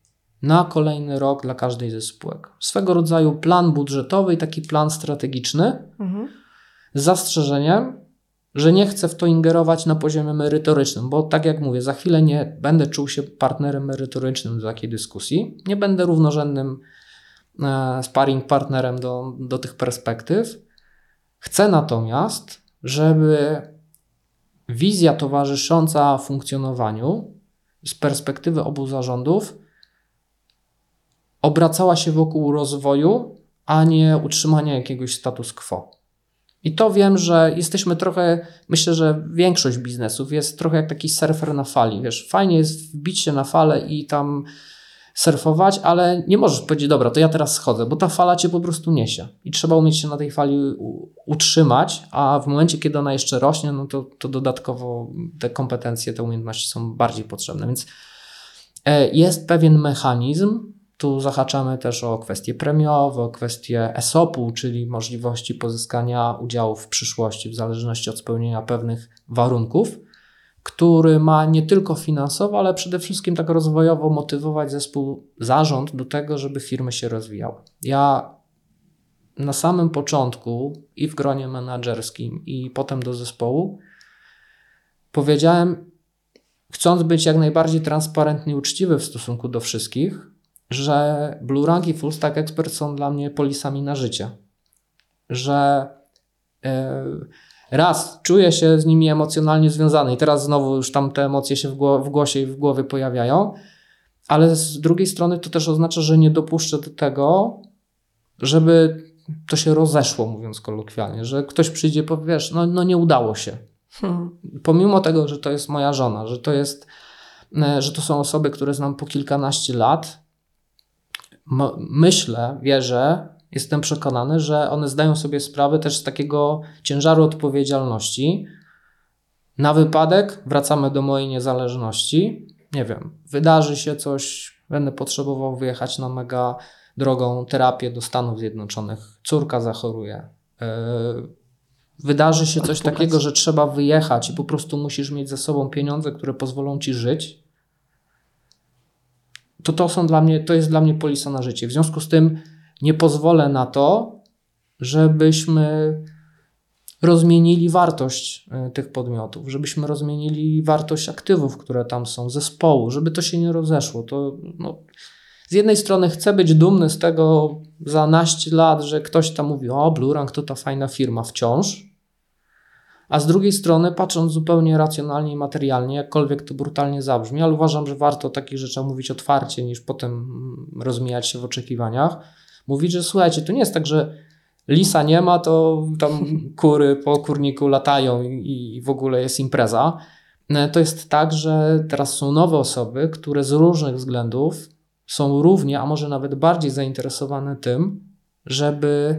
na kolejny rok dla każdej ze spółek. Swego rodzaju plan budżetowy i taki plan strategiczny mhm. z zastrzeżeniem, że nie chcę w to ingerować na poziomie merytorycznym, bo tak jak mówię, za chwilę nie będę czuł się partnerem merytorycznym do takiej dyskusji, nie będę równorzędnym e, sparring partnerem do, do tych perspektyw. Chcę natomiast, żeby wizja towarzysząca funkcjonowaniu z perspektywy obu zarządów obracała się wokół rozwoju, a nie utrzymania jakiegoś status quo. I to wiem, że jesteśmy trochę, myślę, że większość biznesów jest trochę jak taki surfer na fali. Wiesz, fajnie jest wbić się na falę i tam surfować, ale nie możesz powiedzieć, dobra, to ja teraz schodzę, bo ta fala cię po prostu niesie. I trzeba umieć się na tej fali u- utrzymać, a w momencie, kiedy ona jeszcze rośnie, no to, to dodatkowo te kompetencje, te umiejętności są bardziej potrzebne. Więc e, jest pewien mechanizm. Tu zahaczamy też o kwestie premiowe, o kwestie E S O P-u, czyli możliwości pozyskania udziałów w przyszłości w zależności od spełnienia pewnych warunków, który ma nie tylko finansowo, ale przede wszystkim tak rozwojowo motywować zespół, zarząd do tego, żeby firmy się rozwijały. Ja na samym początku i w gronie menadżerskim i potem do zespołu powiedziałem, chcąc być jak najbardziej transparentny i uczciwy w stosunku do wszystkich, że Blue Rank i Full Stack Expert są dla mnie polisami na życie. Że yy, raz czuję się z nimi emocjonalnie związany i teraz znowu już tam te emocje się w, gło- w głosie i w głowie pojawiają, ale z drugiej strony to też oznacza, że nie dopuszczę do tego, żeby to się rozeszło, mówiąc kolokwialnie, że ktoś przyjdzie i powie, wiesz, no, no nie udało się. Hmm. Pomimo tego, że to jest moja żona, że to jest, że to są osoby, które znam po kilkanaście lat, myślę, wierzę, jestem przekonany, że one zdają sobie sprawę też z takiego ciężaru odpowiedzialności. Na wypadek, wracamy do mojej niezależności, nie wiem, wydarzy się coś, będę potrzebował wyjechać na mega drogą terapię do Stanów Zjednoczonych, córka zachoruje, yy, wydarzy się coś takiego, że trzeba wyjechać i po prostu musisz mieć ze sobą pieniądze, które pozwolą ci żyć, to to są dla mnie, to jest dla mnie polisa na życie. W związku z tym nie pozwolę na to, żebyśmy rozmienili wartość tych podmiotów, żebyśmy rozmienili wartość aktywów, które tam są, zespołu, żeby to się nie rozeszło. To, no, z jednej strony chcę być dumny z tego za naście lat, że ktoś tam mówi, o, Blue Rank to ta fajna firma wciąż, a z drugiej strony, patrząc zupełnie racjonalnie i materialnie, jakkolwiek to brutalnie zabrzmi, ale uważam, że warto o takich rzeczach mówić otwarcie, niż potem rozmijać się w oczekiwaniach, mówić, że słuchajcie, to nie jest tak, że lisa nie ma, to tam kury po kurniku latają i, i w ogóle jest impreza. To jest tak, że teraz są nowe osoby, które z różnych względów są równie, a może nawet bardziej zainteresowane tym, żeby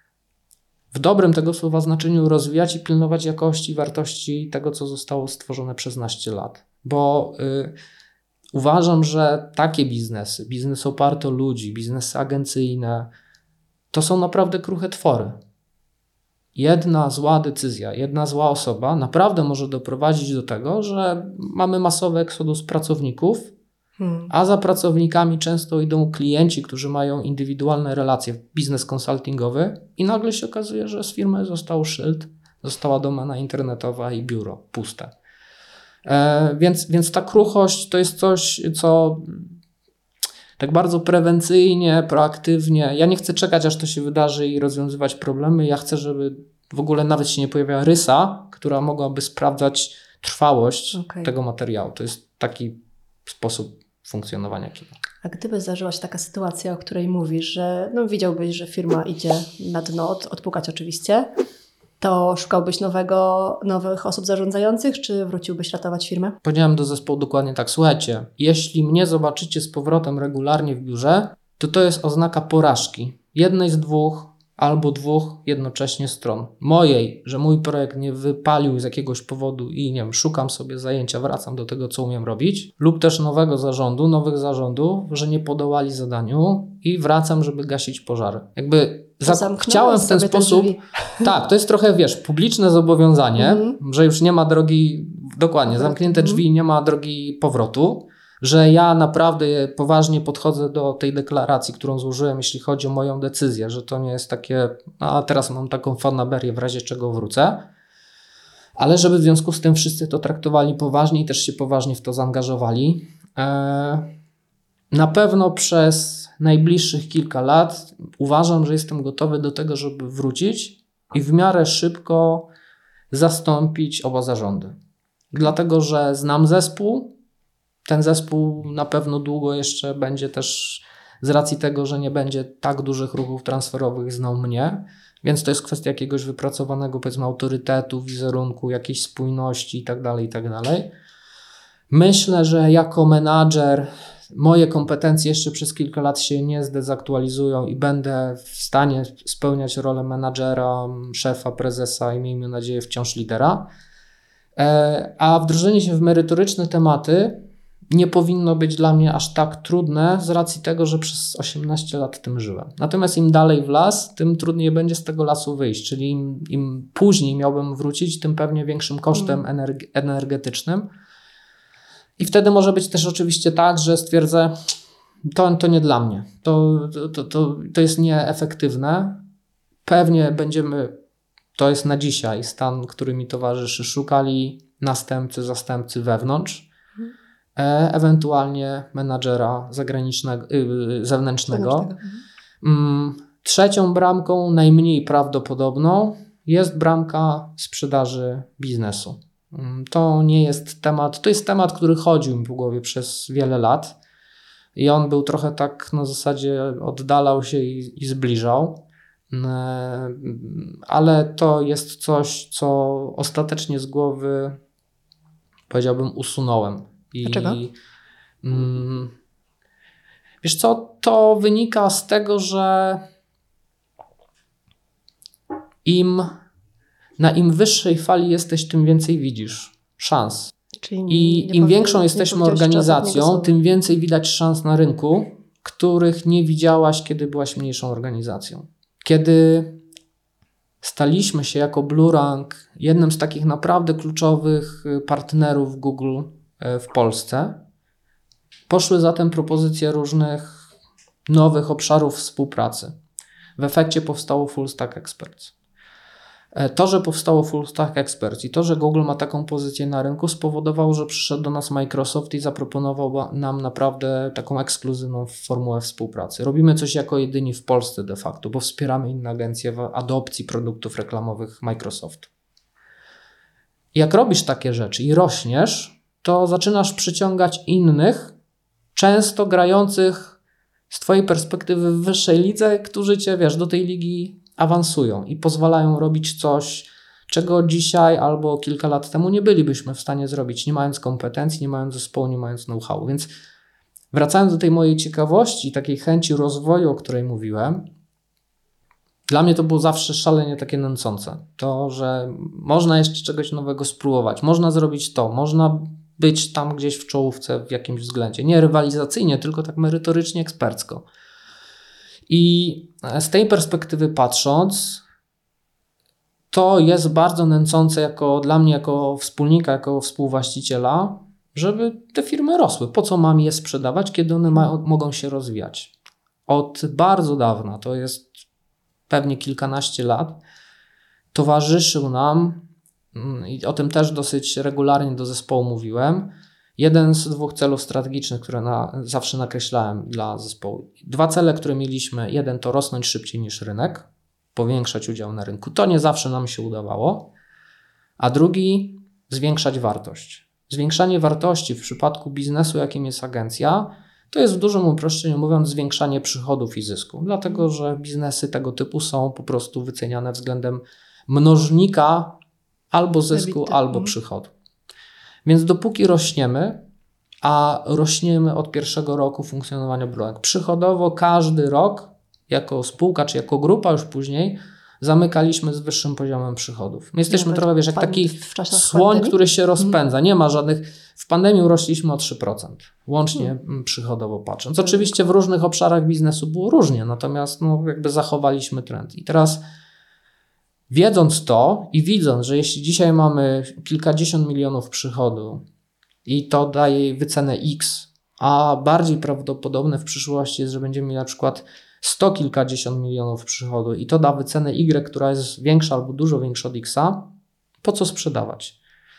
w dobrym tego słowa znaczeniu rozwijać i pilnować jakości i wartości tego, co zostało stworzone przez naście lat. Bo y, uważam, że takie biznesy, biznes oparty o ludzi, biznesy agencyjne, to są naprawdę kruche twory. Jedna zła decyzja, jedna zła osoba naprawdę może doprowadzić do tego, że mamy masowy eksodus pracowników, Hmm. a za pracownikami często idą klienci, którzy mają indywidualne relacje, biznes konsultingowy i nagle się okazuje, że z firmy został szyld, została domena internetowa i biuro puste. E, więc, więc ta kruchość to jest coś, co tak bardzo prewencyjnie, proaktywnie, ja nie chcę czekać, aż to się wydarzy i rozwiązywać problemy, ja chcę, żeby w ogóle nawet się nie pojawiała rysa, która mogłaby sprawdzać trwałość okay. tego materiału. To jest taki sposób funkcjonowania kina. A gdyby zdarzyła się taka sytuacja, o której mówisz, że no, widziałbyś, że firma idzie na dno, od, odpukać oczywiście, to szukałbyś nowego, nowych osób zarządzających, czy wróciłbyś ratować firmę? Powiedziałem do zespołu dokładnie tak, słuchajcie, jeśli mnie zobaczycie z powrotem regularnie w biurze, to to jest oznaka porażki. Jednej z dwóch albo dwóch jednocześnie stron. Mojej, że mój projekt nie wypalił z jakiegoś powodu i nie wiem, szukam sobie zajęcia, wracam do tego, co umiem robić, lub też nowego zarządu, nowych zarządów, że nie podołali zadaniu i wracam, żeby gasić pożary. Jakby za- chciałem w ten sposób, tak, to jest trochę, wiesz, publiczne zobowiązanie, mm-hmm. że już nie ma drogi, dokładnie, zamknięte drzwi, nie ma drogi powrotu, że ja naprawdę poważnie podchodzę do tej deklaracji, którą złożyłem, jeśli chodzi o moją decyzję, że to nie jest takie, a teraz mam taką fanaberię, w razie czego wrócę, ale żeby w związku z tym wszyscy to traktowali poważnie i też się poważnie w to zaangażowali. Na pewno przez najbliższych kilka lat uważam, że jestem gotowy do tego, żeby wrócić i w miarę szybko zastąpić oba zarządy. Dlatego, że znam zespół. Ten zespół na pewno długo jeszcze będzie też, z racji tego, że nie będzie tak dużych ruchów transferowych, znał mnie, więc to jest kwestia jakiegoś wypracowanego, powiedzmy, autorytetu, wizerunku, jakiejś spójności itd., itd. Myślę, że jako menadżer moje kompetencje jeszcze przez kilka lat się nie zdezaktualizują i będę w stanie spełniać rolę menadżera, szefa, prezesa i miejmy nadzieję wciąż lidera. A wdrożenie się w merytoryczne tematy nie powinno być dla mnie aż tak trudne z racji tego, że przez osiemnaście lat tym żyłem. Natomiast im dalej w las, tym trudniej będzie z tego lasu wyjść, czyli im, im później miałbym wrócić, tym pewnie większym kosztem energe- energetycznym. I wtedy może być też oczywiście tak, że stwierdzę, to, to nie dla mnie, to, to, to, to jest nieefektywne. Pewnie będziemy, to jest na dzisiaj stan, który mi towarzyszy, szukali następcy, zastępcy wewnątrz, e, ewentualnie menadżera zagranicznego, yy, zewnętrznego. Mm, trzecią bramką, najmniej prawdopodobną, jest bramka sprzedaży biznesu. To nie jest temat, to jest temat, który chodził mi po głowie przez wiele lat i on był trochę tak na zasadzie oddalał się i, i zbliżał, ale to jest coś, co ostatecznie z głowy, powiedziałbym, usunąłem. I, Dlaczego? Mm, wiesz co, to wynika z tego, że im Na im wyższej fali jesteś, tym więcej widzisz szans. Czyli I nie im powiem, większą jesteśmy organizacją, tym więcej widać szans na rynku, których nie widziałaś, kiedy byłaś mniejszą organizacją. Kiedy staliśmy się jako Bluerank jednym z takich naprawdę kluczowych partnerów Google w Polsce, poszły zatem propozycje różnych nowych obszarów współpracy. W efekcie powstało Full Stack Experts. To, że powstało Full Stack Experts i to, że Google ma taką pozycję na rynku, spowodowało, że przyszedł do nas Microsoft i zaproponował nam naprawdę taką ekskluzywną formułę współpracy. Robimy coś jako jedyni w Polsce de facto, bo wspieramy inne agencje w adopcji produktów reklamowych Microsoftu. Jak robisz takie rzeczy i rośniesz, to zaczynasz przyciągać innych, często grających z twojej perspektywy w wyższej lidze, którzy cię, wiesz, do tej ligi awansują i pozwalają robić coś, czego dzisiaj albo kilka lat temu nie bylibyśmy w stanie zrobić, nie mając kompetencji, nie mając zespołu, nie mając know-how. Więc wracając do tej mojej ciekawości, takiej chęci rozwoju, o której mówiłem, dla mnie to było zawsze szalenie takie nęcące. To, że można jeszcze czegoś nowego spróbować, można zrobić to, można być tam gdzieś w czołówce w jakimś względzie. Nie rywalizacyjnie, tylko tak merytorycznie, ekspercko. I z tej perspektywy patrząc, to jest bardzo nęcące jako, dla mnie jako wspólnika, jako współwłaściciela, żeby te firmy rosły. Po co mam je sprzedawać, kiedy one ma, mogą się rozwijać? Od bardzo dawna, to jest pewnie kilkanaście lat, towarzyszył nam, i o tym też dosyć regularnie do zespołu mówiłem, jeden z dwóch celów strategicznych, które na, zawsze nakreślałem dla zespołu. Dwa cele, które mieliśmy. Jeden to rosnąć szybciej niż rynek, powiększać udział na rynku. To nie zawsze nam się udawało. A drugi, zwiększać wartość. Zwiększanie wartości w przypadku biznesu, jakim jest agencja, to jest w dużym uproszczeniu mówiąc zwiększanie przychodów i zysku. Dlatego, że biznesy tego typu są po prostu wyceniane względem mnożnika albo zysku, albo przychodu. Więc dopóki rośniemy, a rośniemy od pierwszego roku funkcjonowania Bluerank, przychodowo każdy rok jako spółka czy jako grupa już później zamykaliśmy z wyższym poziomem przychodów. My jesteśmy Nawet trochę, wiesz, jak taki słoń, pandemii? który się rozpędza. Nie ma żadnych... W pandemii urośliśmy o trzy procent, łącznie hmm. przychodowo patrząc. Oczywiście w różnych obszarach biznesu było różnie, natomiast no, jakby zachowaliśmy trend. I teraz wiedząc to i widząc, że jeśli dzisiaj mamy kilkadziesiąt milionów przychodu i to daje wycenę X, a bardziej prawdopodobne w przyszłości jest, że będziemy mieli na przykład sto kilkadziesiąt milionów przychodu i to da wycenę Y, która jest większa albo dużo większa od X-a, po co sprzedawać?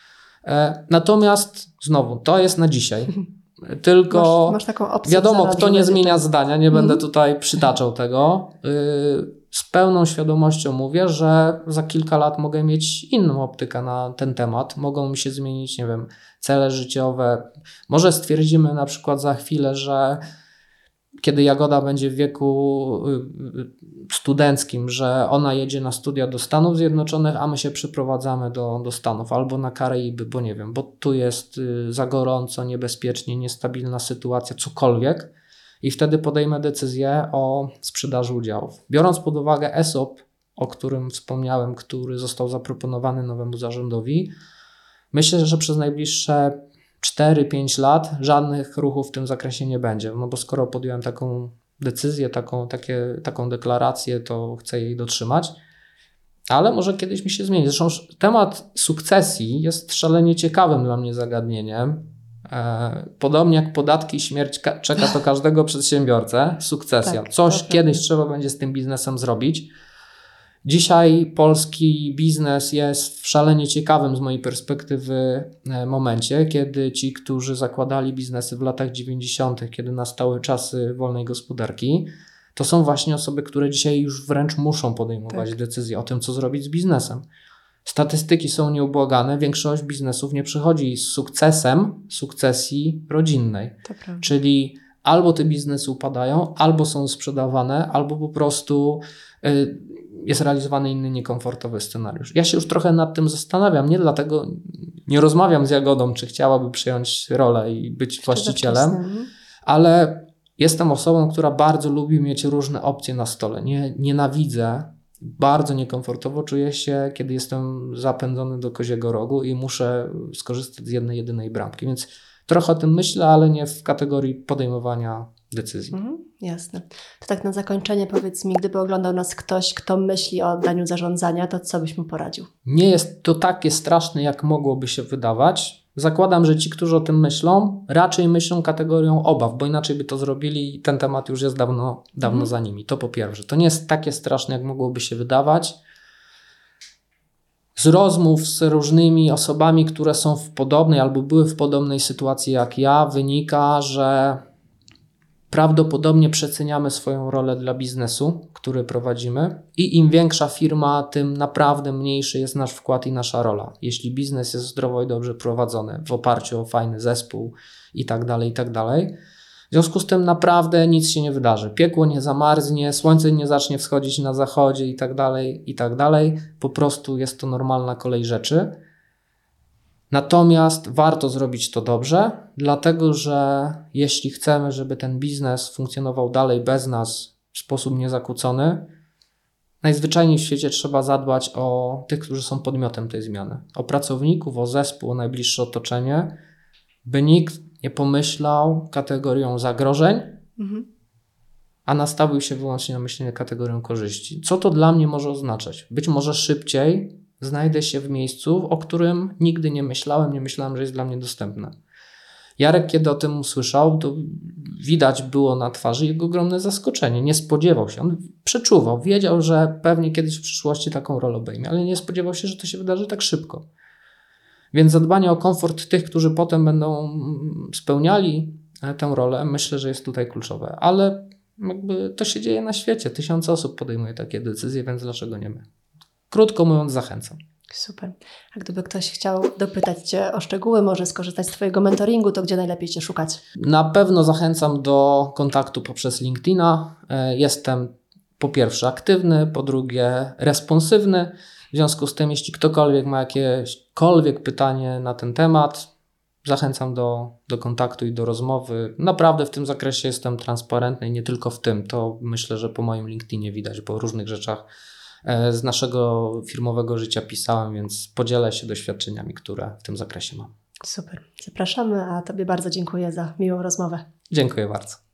E, natomiast znowu, to jest na dzisiaj. Tylko masz, masz taką opcję wiadomo, zaraz, kto nie zmienia tak. zdania, nie będę tutaj przytaczał tego. Yy, z pełną świadomością mówię, że za kilka lat mogę mieć inną optykę na ten temat. Mogą mi się zmienić, nie wiem, cele życiowe. Może stwierdzimy na przykład za chwilę, że kiedy Jagoda będzie w wieku studenckim, że ona jedzie na studia do Stanów Zjednoczonych, a my się przyprowadzamy do, do Stanów albo na Karaiby, bo nie wiem, bo tu jest za gorąco, niebezpiecznie, niestabilna sytuacja, cokolwiek i wtedy podejmę decyzję o sprzedaży udziałów. Biorąc pod uwagę E S O P, o którym wspomniałem, który został zaproponowany nowemu zarządowi, myślę, że przez najbliższe cztery pięć lat żadnych ruchów w tym zakresie nie będzie, no bo skoro podjąłem taką decyzję, taką, takie, taką deklarację, to chcę jej dotrzymać, ale może kiedyś mi się zmieni. Zresztą temat sukcesji jest szalenie ciekawym dla mnie zagadnieniem. Podobnie jak podatki i śmierć czeka to każdego przedsiębiorcę, sukcesja. Tak, Coś tak, kiedyś trzeba będzie z tym biznesem zrobić. Dzisiaj polski biznes jest w szalenie ciekawym z mojej perspektywy momencie, kiedy ci, którzy zakładali biznesy w latach dziewięćdziesiątych, kiedy nastały czasy wolnej gospodarki, to są właśnie osoby, które dzisiaj już wręcz muszą podejmować tak. decyzje o tym, co zrobić z biznesem. Statystyki są nieubłagane, większość biznesów nie przychodzi z sukcesem sukcesji rodzinnej. Czyli albo te biznesy upadają, albo są sprzedawane, albo po prostu y, jest realizowany inny niekomfortowy scenariusz. Ja się już trochę nad tym zastanawiam, nie dlatego nie rozmawiam z Jagodą, czy chciałaby przyjąć rolę i być Jeszcze właścicielem, ale jestem osobą, która bardzo lubi mieć różne opcje na stole. Nie, nienawidzę, bardzo niekomfortowo czuję się, kiedy jestem zapędzony do koziego rogu i muszę skorzystać z jednej, jedynej bramki, więc trochę o tym myślę, ale nie w kategorii podejmowania decyzji. Mhm, jasne. To tak na zakończenie powiedz mi, gdyby oglądał nas ktoś, kto myśli o oddaniu zarządzania, to co byś mu poradził? Nie jest to takie straszne, jak mogłoby się wydawać. Zakładam, że ci, którzy o tym myślą, raczej myślą kategorią obaw, bo inaczej by to zrobili i ten temat już jest dawno, dawno mhm. za nimi. To po pierwsze. To nie jest takie straszne, jak mogłoby się wydawać. Z rozmów z różnymi osobami, które są w podobnej albo były w podobnej sytuacji jak ja, wynika, że prawdopodobnie przeceniamy swoją rolę dla biznesu, który prowadzimy i im większa firma, tym naprawdę mniejszy jest nasz wkład i nasza rola. Jeśli biznes jest zdrowo i dobrze prowadzony w oparciu o fajny zespół i tak dalej, i tak dalej. W związku z tym naprawdę nic się nie wydarzy. Piekło nie zamarznie, słońce nie zacznie wschodzić na zachodzie i tak dalej, i tak dalej. Po prostu jest to normalna kolej rzeczy. Natomiast warto zrobić to dobrze, dlatego że jeśli chcemy, żeby ten biznes funkcjonował dalej bez nas w sposób niezakłócony, najzwyczajniej w świecie trzeba zadbać o tych, którzy są podmiotem tej zmiany. O pracowników, o zespół, o najbliższe otoczenie, by nikt nie pomyślał kategorią zagrożeń, mhm. a nastawił się wyłącznie na myślenie kategorią korzyści. Co to dla mnie może oznaczać? Być może szybciej znajdę się w miejscu, o którym nigdy nie myślałem, nie myślałem, że jest dla mnie dostępne. Jarek, kiedy o tym usłyszał, to widać było na twarzy jego ogromne zaskoczenie. Nie spodziewał się. On przeczuwał, wiedział, że pewnie kiedyś w przyszłości taką rolę obejmie, ale nie spodziewał się, że to się wydarzy tak szybko. Więc zadbanie o komfort tych, którzy potem będą spełniali tę rolę, myślę, że jest tutaj kluczowe. Ale jakby to się dzieje na świecie. Tysiące osób podejmuje takie decyzje, więc dlaczego nie my? Krótko mówiąc, zachęcam. Super. A gdyby ktoś chciał dopytać Cię o szczegóły, może skorzystać z Twojego mentoringu, to gdzie najlepiej Cię szukać? Na pewno zachęcam do kontaktu poprzez LinkedIna. Jestem po pierwsze aktywny, po drugie responsywny. W związku z tym, jeśli ktokolwiek ma jakiekolwiek pytanie na ten temat, zachęcam do, do kontaktu i do rozmowy. Naprawdę w tym zakresie jestem transparentny i nie tylko w tym. To myślę, że po moim LinkedInie widać, bo o różnych rzeczach z naszego firmowego życia pisałem, więc podzielę się doświadczeniami, które w tym zakresie mam. Super. Zapraszamy, a Tobie bardzo dziękuję za miłą rozmowę. Dziękuję bardzo.